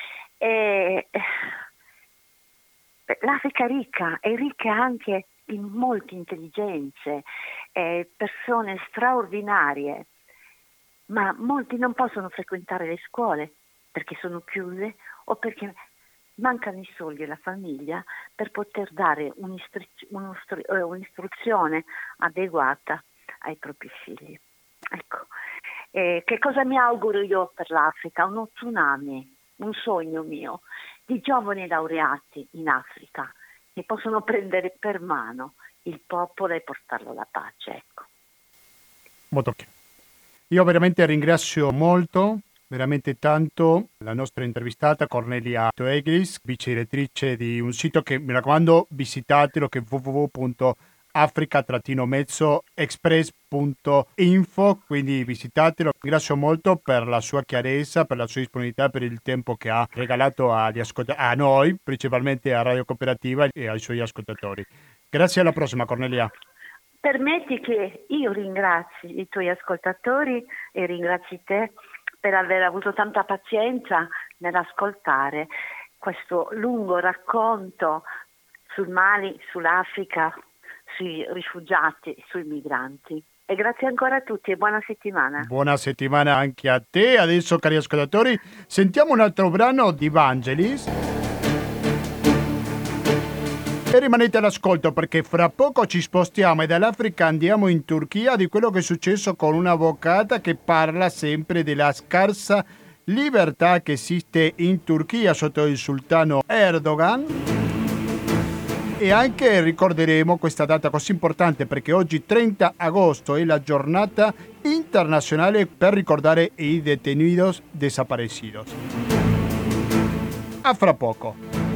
L'Africa è ricca anche in molte intelligenze, persone straordinarie, ma molti non possono frequentare le scuole perché sono chiuse o perché mancano i soldi alla famiglia per poter dare un'istruzione adeguata ai propri figli. Ecco, che cosa mi auguro io per l'Africa? Uno tsunami, un sogno mio, di giovani laureati in Africa che possono prendere per mano il popolo e portarlo alla pace. Ecco. Molto chiaro. Io veramente ringrazio molto, veramente tanto, la nostra intervistata Cornelia Toeglis, vice direttrice di un sito che mi raccomando visitatelo, che è www.africa-express.info, quindi visitatelo. Ringrazio molto per la sua chiarezza, per la sua disponibilità, per il tempo che ha regalato a noi, principalmente a Radio Cooperativa e ai suoi ascoltatori. Grazie, alla prossima Cornelia. Permetti che io ringrazi i tuoi ascoltatori e ringrazi te per aver avuto tanta pazienza nell'ascoltare questo lungo racconto sul Mali, sull'Africa, sui rifugiati, sui migranti. E grazie ancora a tutti e buona settimana. Buona settimana anche a te. Adesso, cari ascoltatori, sentiamo un altro brano di Vangelis. E rimanete all'ascolto perché fra poco ci spostiamo e dall'Africa andiamo in Turchia di quello che è successo con un'avvocata che parla sempre della scarsa libertà che esiste in Turchia sotto il sultano Erdogan. E anche ricorderemo questa data così importante perché oggi 30 agosto è la giornata internazionale per ricordare i detenidos desaparecidos. A fra poco.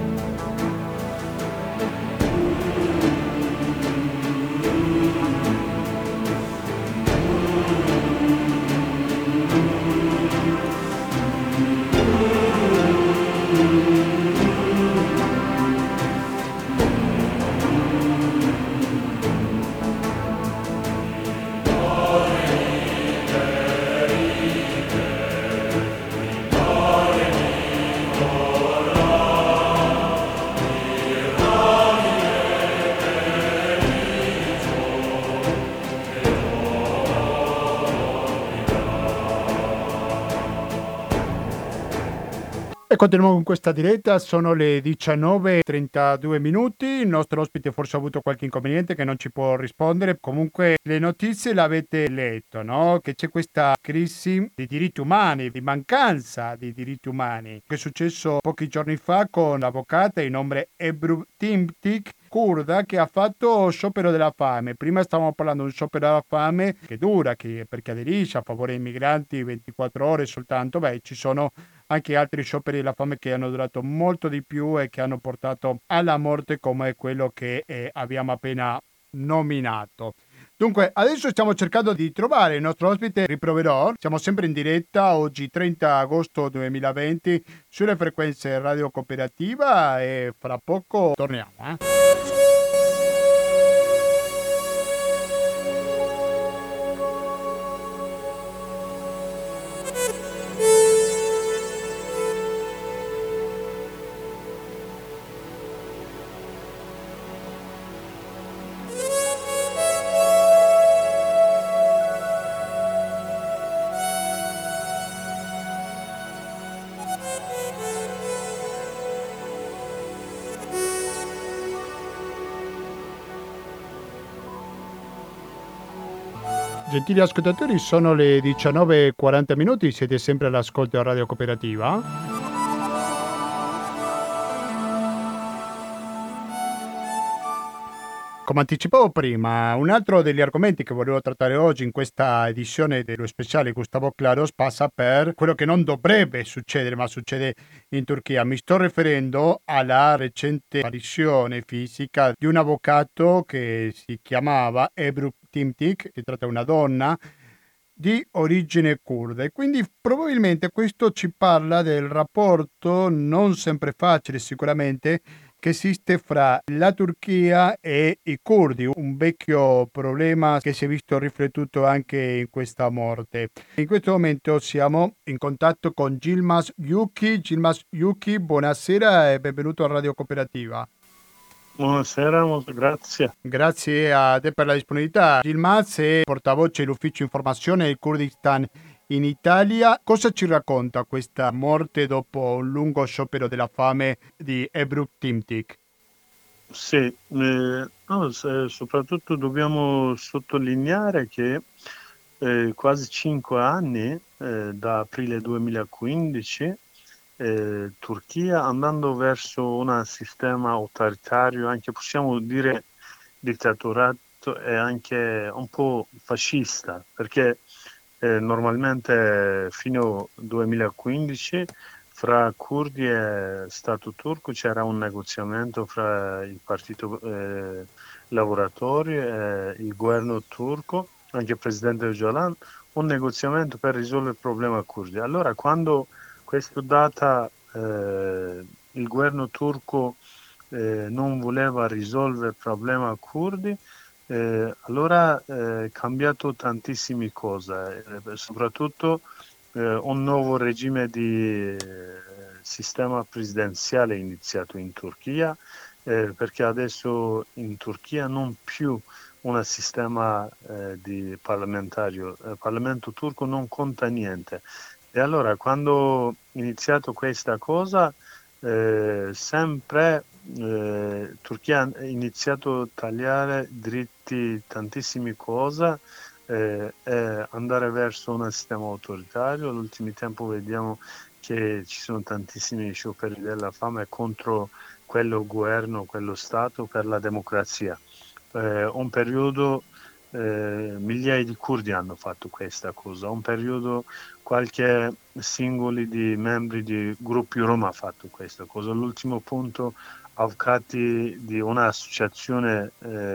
E continuiamo con questa diretta, sono le 19:32 minuti, il nostro ospite forse ha avuto qualche inconveniente che non ci può rispondere, comunque le notizie l'avete letto, no? Che c'è questa crisi di diritti umani, di mancanza di diritti umani, che è successo pochi giorni fa con l'avvocata di nome Ebru Timtik, curda, che ha fatto sciopero della fame. Prima stavamo parlando di un sciopero della fame che dura, perché aderisce a favore dei migranti 24 ore soltanto. Beh, ci sono anche altri scioperi della fame che hanno durato molto di più e che hanno portato alla morte, come quello che abbiamo appena nominato. Dunque, adesso stiamo cercando di trovare il nostro ospite, riproverò. Siamo sempre in diretta oggi 30 agosto 2020 sulle frequenze Radio Cooperativa e fra poco torniamo. Gentili ascoltatori, sono le 19:40 minuti, siete sempre all'ascolto a Radio Cooperativa. Come anticipavo prima, un altro degli argomenti che volevo trattare oggi in questa edizione dello speciale Gustavo Claros passa per quello che non dovrebbe succedere, ma succede in Turchia. Mi sto riferendo alla recente apparizione fisica di un avvocato che si chiamava Ebru Timtik, si tratta di una donna di origine curda e quindi probabilmente questo ci parla del rapporto non sempre facile sicuramente che esiste fra la Turchia e i curdi, un vecchio problema che si è visto riflettuto anche in questa morte. In questo momento siamo in contatto con Yilmaz Yuki. Yilmaz Yuki, buonasera e benvenuto a Radio Cooperativa. Buonasera, grazie. Grazie a te per la disponibilità. Yilmaz è portavoce dell'ufficio informazione del Kurdistan in Italia. Cosa ci racconta questa morte dopo un lungo sciopero della fame di Ebru Timtik? Sì, soprattutto dobbiamo sottolineare che quasi 5 anni, da aprile 2015, Turchia andando verso un sistema autoritario, anche possiamo dire dittatoriato e anche un po' fascista, perché normalmente fino al 2015 fra curdi e Stato turco c'era un negoziamento fra il partito lavoratori e il governo turco, anche il presidente Öcalan, un negoziamento per risolvere il problema curdi. Allora quando questa data il governo turco non voleva risolvere il problema curdi, allora è cambiato tantissime cose, soprattutto un nuovo regime di sistema presidenziale è iniziato in Turchia, perché adesso in Turchia non più un sistema di parlamentario, il Parlamento turco non conta niente. E allora quando è iniziato questa cosa, sempre Turchia ha iniziato a tagliare diritti tantissime cose e andare verso un sistema autoritario. All'ultimo tempo vediamo che ci sono tantissimi scioperi della fame contro quello governo, quello Stato per la democrazia. Un periodo, migliaia di curdi hanno fatto questa cosa, un periodo qualche singoli di membri di gruppi Roma ha fatto questa cosa. L'ultimo punto, avvocati di un'associazione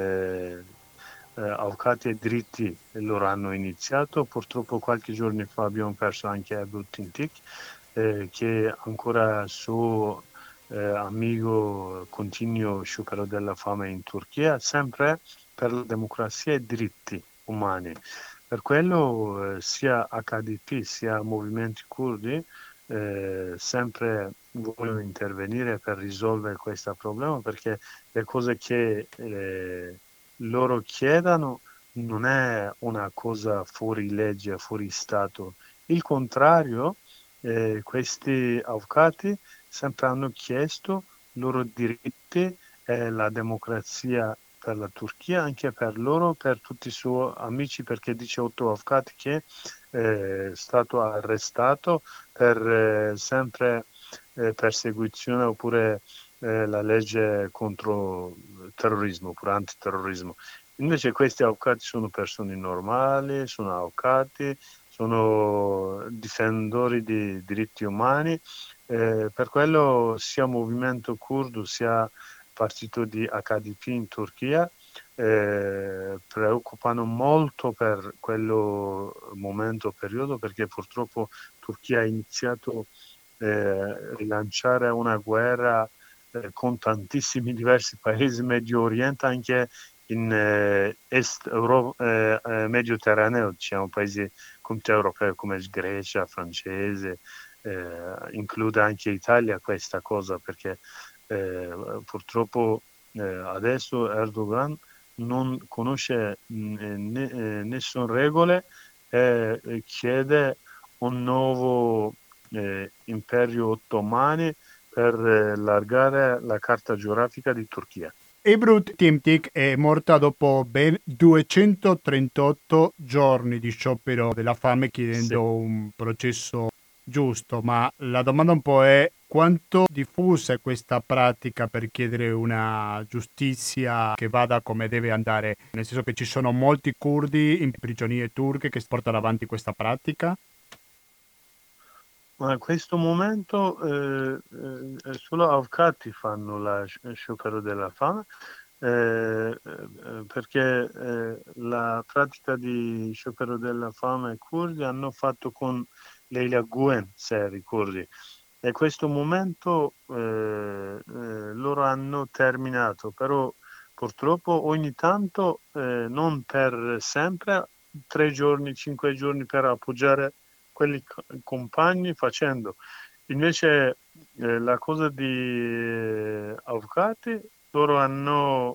avvocati e diritti loro hanno iniziato. Purtroppo qualche giorno fa abbiamo perso anche Ebru Tintik, che ancora suo amico continuo sciopero della fame in Turchia, sempre per la democrazia e diritti umani. Per quello sia HDP sia movimenti curdi sempre vogliono intervenire per risolvere questo problema, perché le cose che loro chiedono non è una cosa fuori legge, fuori Stato. Il contrario, questi avvocati sempre hanno chiesto loro diritti e la democrazia per la Turchia, anche per loro, per tutti i suoi amici, perché dice 8 avvocati che è stato arrestato per sempre persecuzione oppure la legge contro il terrorismo oppure antiterrorismo. Invece questi avvocati sono persone normali, sono avvocati, sono difensori di diritti umani, per quello sia movimento curdo sia partito di HDP in Turchia preoccupano molto per quello momento, periodo, perché purtroppo Turchia ha iniziato a rilanciare una guerra con tantissimi diversi paesi Medio Oriente, anche in est Mediterraneo, diciamo paesi comunità europee come Grecia, francese, include anche Italia questa cosa, perché purtroppo adesso Erdogan non conosce nessuna regole e chiede un nuovo imperio ottomano per allargare la carta geografica di Turchia. Ebru Timtik è morta dopo ben 238 giorni di sciopero della fame Sì. chiedendo un processo giusto, ma la domanda un po' è quanto diffusa è questa pratica per chiedere una giustizia che vada come deve andare, nel senso che ci sono molti curdi in prigionie turche che portano avanti questa pratica? Ma in questo momento solo avvocati fanno la sciopero della fame, perché la pratica di sciopero della fame curdi hanno fatto con Leyla Gulen, se ricordi. E in questo momento loro hanno terminato, però purtroppo ogni tanto, non per sempre, 3 giorni, 5 giorni per appoggiare quelli compagni facendo. Invece la cosa di avvocati, loro hanno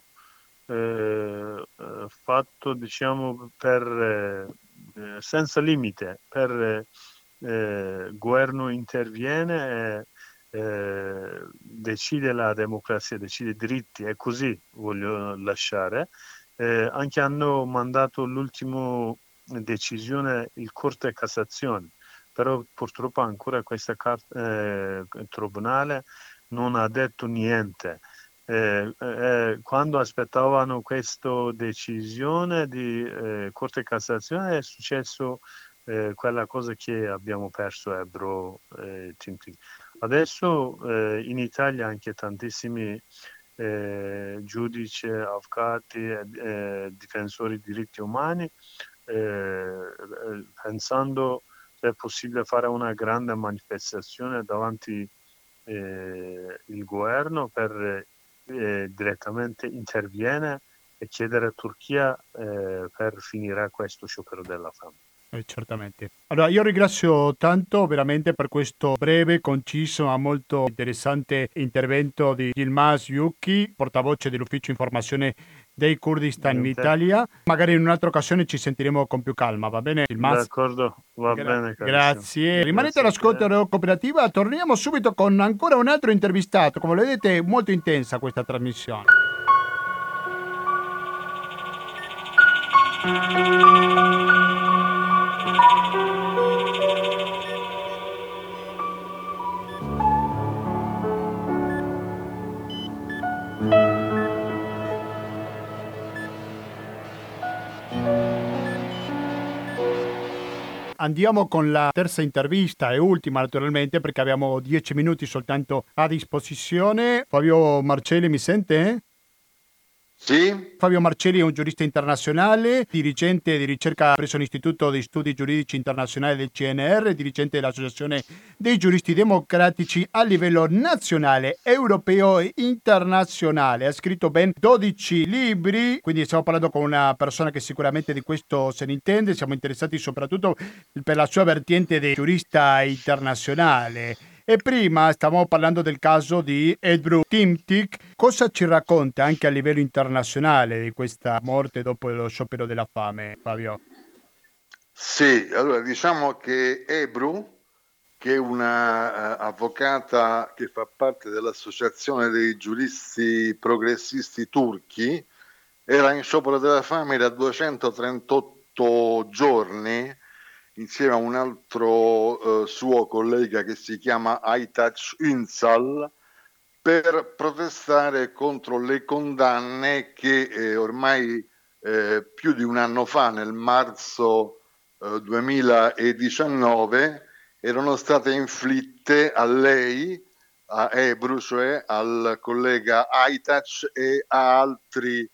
fatto, diciamo, per senza limite, per governo interviene e decide la democrazia, decide i diritti e così voglio lasciare. Anche hanno mandato l'ultima decisione il Corte Cassazione, però purtroppo ancora questa tribunale non ha detto niente. Quando aspettavano questa decisione di Corte Cassazione è successo quella cosa che abbiamo perso Ebro Tintin. Adesso in Italia anche tantissimi giudici, avvocati, difensori dei diritti umani, pensando se è possibile fare una grande manifestazione davanti il governo per direttamente interviene e chiedere a Turchia per finire questo sciopero della fame. Certamente. Allora, io ringrazio tanto veramente per questo breve, conciso ma molto interessante intervento di Yilmaz Yuki, portavoce dell'Ufficio Informazione dei Kurdistan in Niente. Italia. Magari in un'altra occasione ci sentiremo con più calma, va bene Yilmaz? D'accordo, va bene carissimo. Grazie. Rimanete Grazie a all'ascolto te. della cooperativa, torniamo subito con ancora un altro intervistato. Come vedete, molto intensa questa trasmissione. Andiamo con la terza intervista e ultima naturalmente perché abbiamo 10 minuti soltanto a disposizione. Fabio Marcelli mi sente? Sì, Fabio Marcelli è un giurista internazionale, dirigente di ricerca presso l'Istituto di Studi Giuridici Internazionali del CNR, dirigente dell'Associazione dei Giuristi Democratici a livello nazionale, europeo e internazionale. Ha scritto ben 12 libri, quindi stiamo parlando con una persona che sicuramente di questo se ne intende. Siamo interessati soprattutto per la sua vertiente di giurista internazionale. E prima stavamo parlando del caso di Ebru Timtik. Cosa ci racconta anche a livello internazionale di questa morte dopo lo sciopero della fame, Fabio? sì, allora diciamo che Ebru, che è una avvocata che fa parte dell'Associazione dei Giuristi Progressisti Turchi, era in sciopero della fame da 238 giorni insieme a un altro suo collega che si chiama Aytaç Ünsal per protestare contro le condanne che ormai più di un anno fa, nel marzo 2019, erano state inflitte a lei, a Ebru, cioè al collega Aytaç e a altri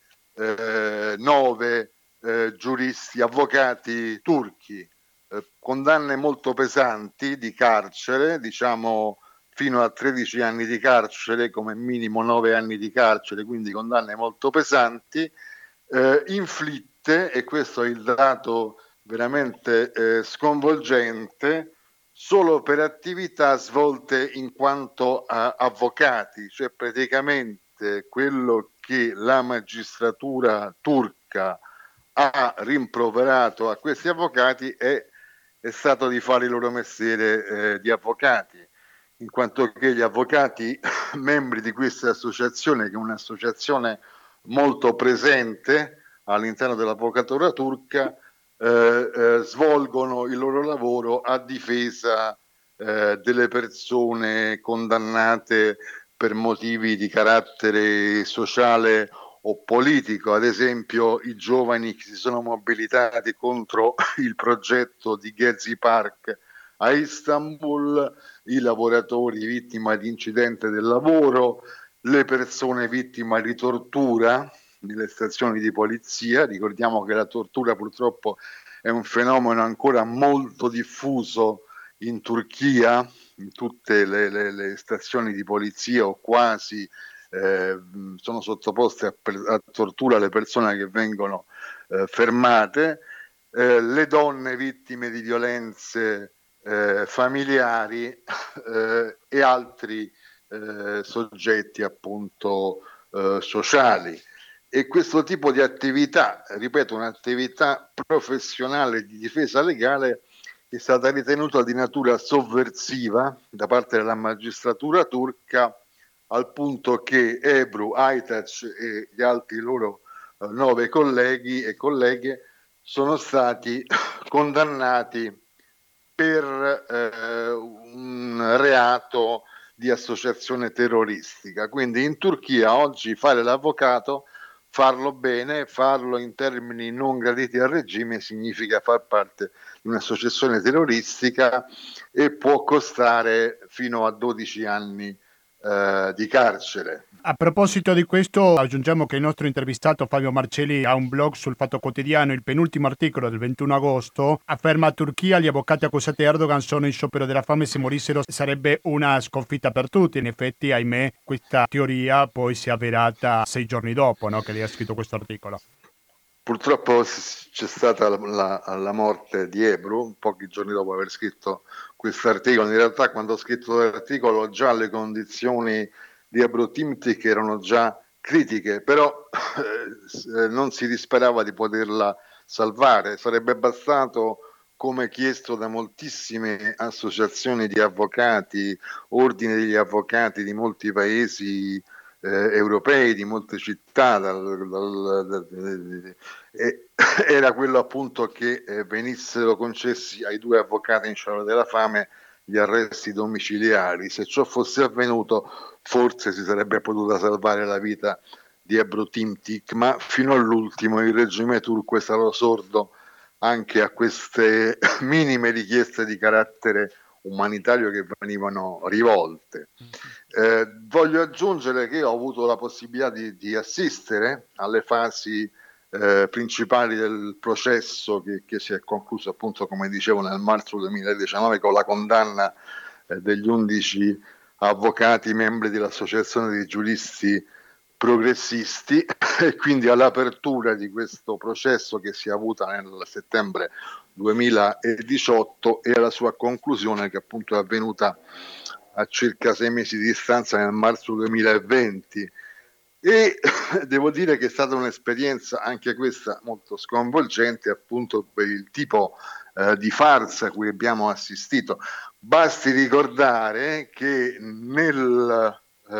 9 giuristi, avvocati turchi. Condanne molto pesanti di carcere, diciamo fino a 13 anni di carcere, come minimo 9 anni di carcere, quindi condanne molto pesanti, inflitte, e questo è il dato veramente sconvolgente, solo per attività svolte in quanto avvocati, cioè praticamente quello che la magistratura turca ha rimproverato a questi avvocati è stato di fare il loro mestiere di avvocati, in quanto che gli avvocati membri di questa associazione, che è un'associazione molto presente all'interno dell'avvocatura turca, svolgono il loro lavoro a difesa delle persone condannate per motivi di carattere sociale o politico, ad esempio i giovani che si sono mobilitati contro il progetto di Gezi Park a Istanbul, i lavoratori vittima di incidente del lavoro, le persone vittime di tortura nelle stazioni di polizia. Ricordiamo che la tortura purtroppo è un fenomeno ancora molto diffuso in Turchia, in tutte le stazioni di polizia o quasi sono sottoposte a tortura le persone che vengono fermate, le donne vittime di violenze familiari e altri soggetti appunto sociali. E questo tipo di attività, ripeto, un'attività professionale di difesa legale, è stata ritenuta di natura sovversiva da parte della magistratura turca, al punto che Ebru, Aytaç e gli altri loro 9 colleghi e colleghe sono stati condannati per un reato di associazione terroristica. Quindi in Turchia oggi fare l'avvocato, farlo bene, farlo in termini non graditi al regime, significa far parte di un'associazione terroristica e può costare fino a 12 anni di carcere. A proposito di questo, aggiungiamo che il nostro intervistato Fabio Marcelli ha un blog sul Fatto Quotidiano. Il penultimo articolo del 21 agosto afferma: a Turchia gli avvocati accusati Erdogan sono in sciopero della fame, se morissero sarebbe una sconfitta per tutti. In effetti, ahimè, questa teoria poi si è avverata 6 giorni dopo, no, che lei ha scritto questo articolo. Purtroppo c'è stata la morte di Ebru pochi giorni dopo aver scritto questo articolo. In realtà, quando ho scritto l'articolo, già le condizioni di Ebru Timtik erano già critiche, però non si disperava di poterla salvare. Sarebbe bastato, come chiesto da moltissime associazioni di avvocati, ordine degli avvocati di molti paesi europei, di molte città, era quello appunto che venissero concessi ai 2 avvocati in sciopero della fame gli arresti domiciliari. Se ciò fosse avvenuto, forse si sarebbe potuta salvare la vita di Ebru Timtik, ma fino all'ultimo il regime turco è stato sordo anche a queste minime richieste di carattere umanitario che venivano rivolte. Voglio aggiungere che ho avuto la possibilità di assistere alle fasi principali del processo che si è concluso, appunto, come dicevo, nel marzo 2019 con la condanna degli 11 avvocati membri dell'Associazione di Giuristi Progressisti e quindi all'apertura di questo processo che si è avuta nel settembre 2018 e alla sua conclusione, che appunto è avvenuta a circa 6 mesi di distanza nel marzo 2020. E devo dire che è stata un'esperienza anche questa molto sconvolgente, appunto per il tipo di farsa a cui abbiamo assistito. Basti ricordare che nel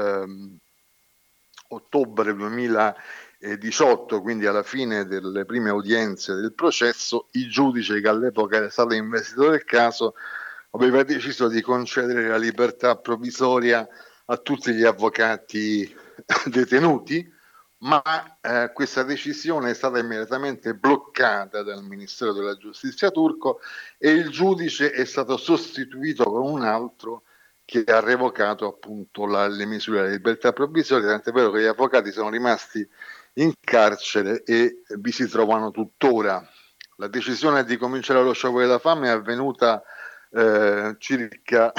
ottobre 2018, quindi alla fine delle prime udienze del processo, il giudice che all'epoca era stato investito del caso aveva deciso di concedere la libertà provvisoria a tutti gli avvocati detenuti, ma questa decisione è stata immediatamente bloccata dal Ministero della Giustizia turco e il giudice è stato sostituito con un altro che ha revocato appunto le misure di libertà provvisoria, tant'è vero che gli avvocati sono rimasti in carcere e vi si trovano tuttora. La decisione di cominciare lo sciopero della fame è avvenuta circa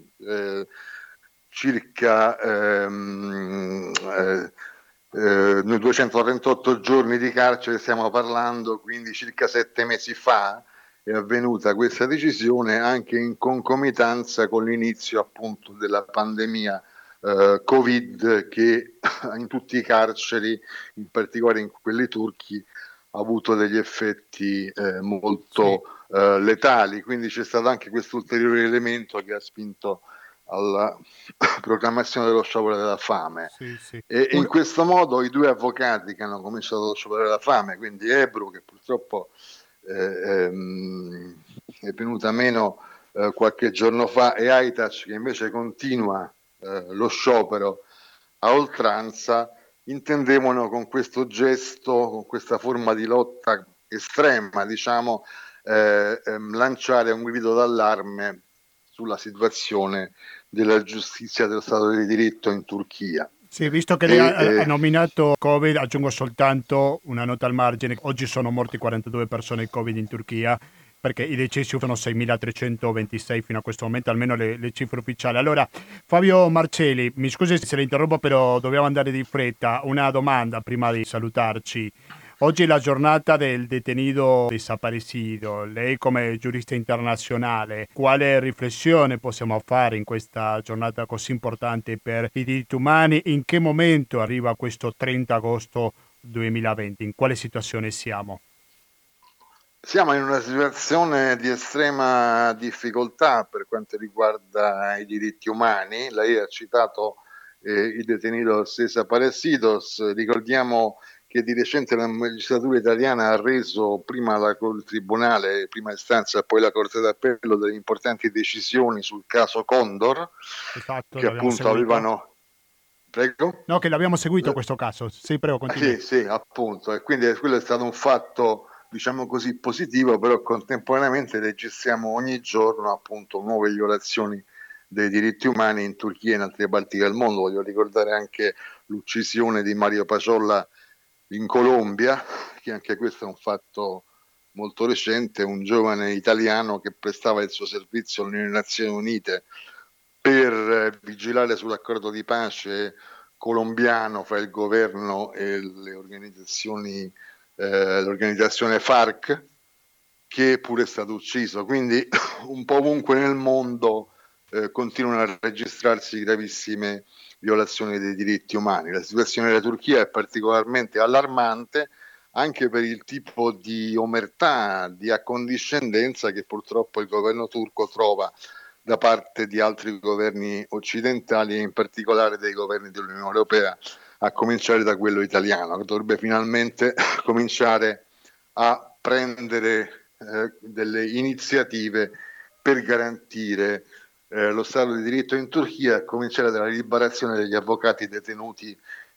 238 giorni di carcere stiamo parlando, quindi circa 7 mesi fa è avvenuta questa decisione, anche in concomitanza con l'inizio appunto della pandemia Covid, che in tutti i carceri, in particolare in quelli turchi, ha avuto degli effetti molto letali, quindi c'è stato anche questo ulteriore elemento che ha spinto alla proclamazione dello sciopero della fame. E in questo modo i due avvocati che hanno cominciato lo sciopero della fame, quindi Ebru, che purtroppo è venuta meno qualche giorno fa, e Aitac, che invece continua lo sciopero a oltranza, intendevano con questo gesto, con questa forma di lotta estrema, diciamo, lanciare un grido d'allarme sulla situazione della giustizia dello Stato di diritto in Turchia. Sì, visto che lei ha nominato Covid, aggiungo soltanto una nota al margine. Oggi sono morti 42 persone Covid in Turchia, perché i decessi sono 6.326 fino a questo momento, almeno le cifre ufficiali. Allora, Fabio Marcelli, mi scusi se le interrompo, però dobbiamo andare di fretta. Una domanda prima di salutarci. Oggi è la giornata del detenuto desaparecido. Lei come giurista internazionale, quale riflessione possiamo fare in questa giornata così importante per i diritti umani? In che momento arriva questo 30 agosto 2020? In quale situazione siamo? Siamo in una situazione di estrema difficoltà per quanto riguarda i diritti umani. Lei ha citato i detenidos desaparecidos. Ricordiamo che di recente la magistratura italiana ha reso prima il Tribunale, prima istanza, e poi la Corte d'Appello, delle importanti decisioni sul caso Condor, Esatto, che appunto avevano... Prego? No, che l'abbiamo seguito questo caso. Sì, prego, continui. Sì, appunto, e quindi quello è stato un fatto, diciamo così, positivo, però contemporaneamente registriamo ogni giorno appunto nuove violazioni dei diritti umani in Turchia e in altre parti del mondo. Voglio ricordare anche l'uccisione di Mario Paciolla in Colombia, che anche questo è un fatto molto recente, un giovane italiano che prestava il suo servizio alle Nazioni Unite per vigilare sull'accordo di pace colombiano fra il governo e le organizzazioni, l'organizzazione FARC, che pure è stato ucciso. Quindi un po' ovunque nel mondo continuano a registrarsi gravissime violazioni dei diritti umani. La situazione della Turchia è particolarmente allarmante anche per il tipo di omertà, di accondiscendenza che purtroppo il governo turco trova da parte di altri governi occidentali e in particolare dei governi dell'Unione Europea, a cominciare da quello italiano, che dovrebbe finalmente cominciare a prendere delle iniziative per garantire lo Stato di diritto in Turchia, a cominciare dalla liberazione degli avvocati detenuti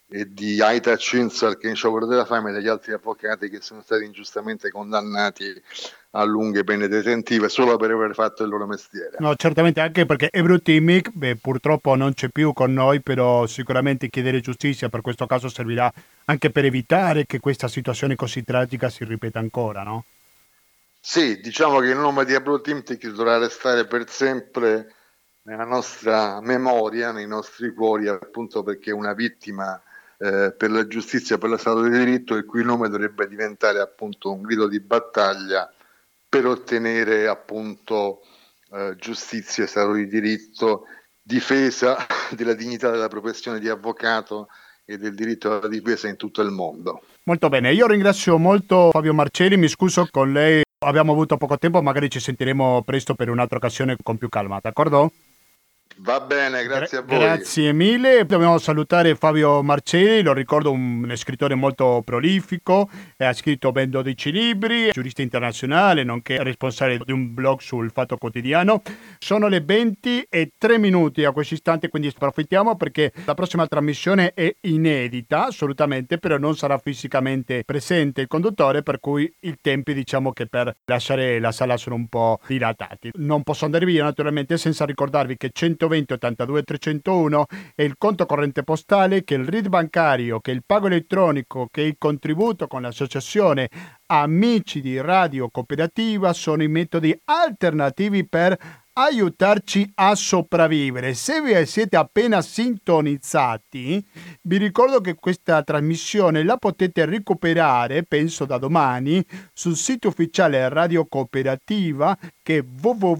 e di Aita Cinzar, che è in sciopero della fame, e degli altri avvocati che sono stati ingiustamente condannati a lunghe pene detentive solo per aver fatto il loro mestiere. No, certamente, anche perché Ebru Timik purtroppo non c'è più con noi, però sicuramente chiedere giustizia per questo caso servirà anche per evitare che questa situazione così tragica si ripeta ancora, no? Sì, diciamo che il nome di Ebru Timik dovrà restare per sempre nella nostra memoria, nei nostri cuori, appunto perché è una vittima per la giustizia, per lo Stato di diritto, il cui nome dovrebbe diventare appunto un grido di battaglia per ottenere appunto giustizia, Stato di diritto, difesa della dignità della professione di avvocato e del diritto alla difesa in tutto il mondo. Molto bene, io ringrazio molto Fabio Marcelli, mi scuso con lei, abbiamo avuto poco tempo, magari ci sentiremo presto per un'altra occasione con più calma, d'accordo? Va bene, grazie a voi. Grazie mille. Dobbiamo salutare Fabio Marcelli, lo ricordo un scrittore molto prolifico, ha scritto ben 12 libri, è giurista internazionale, nonché responsabile di un blog sul Fatto Quotidiano. Sono le 20:03 a questo istante, quindi approfittiamo perché la prossima trasmissione è inedita, assolutamente, però non sarà fisicamente presente il conduttore, per cui i tempi diciamo che per lasciare la sala sono un po' dilatati. Non posso andare via naturalmente senza ricordarvi che 120 82 301 è il conto corrente postale, che il RID bancario, che il pago elettronico, che il contributo con l'associazione Amici di Radio Cooperativa sono i metodi alternativi per aiutarci a sopravvivere. Se vi siete appena sintonizzati, vi ricordo che questa trasmissione la potete recuperare, penso da domani, sul sito ufficiale Radio Cooperativa, che è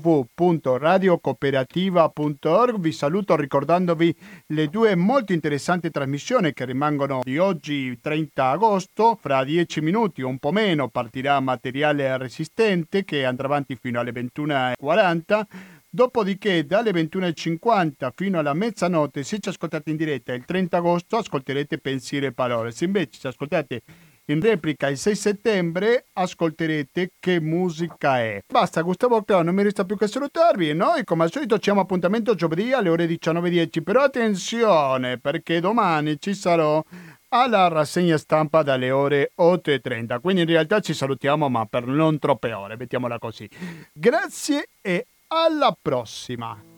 www.radiocooperativa.org. Vi saluto ricordandovi le due molto interessanti trasmissioni che rimangono di oggi 30 agosto. Fra 10 minuti o un po' meno partirà Materiale Resistente, che andrà avanti fino alle 21:40. Dopodiché dalle 21:50 fino alla mezzanotte, se ci ascoltate in diretta il 30 agosto, ascolterete Pensieri e Parole. Se invece ci ascoltate in replica il 6 settembre, ascolterete Che musica è. Basta, Gustavo Claudio, non mi resta più che salutarvi e noi come al solito ci diamo appuntamento giovedì alle ore 19:10. Però attenzione, perché domani ci sarò alla rassegna stampa dalle ore 8:30. Quindi in realtà ci salutiamo, ma per non troppe ore, mettiamola così. Grazie e alla prossima!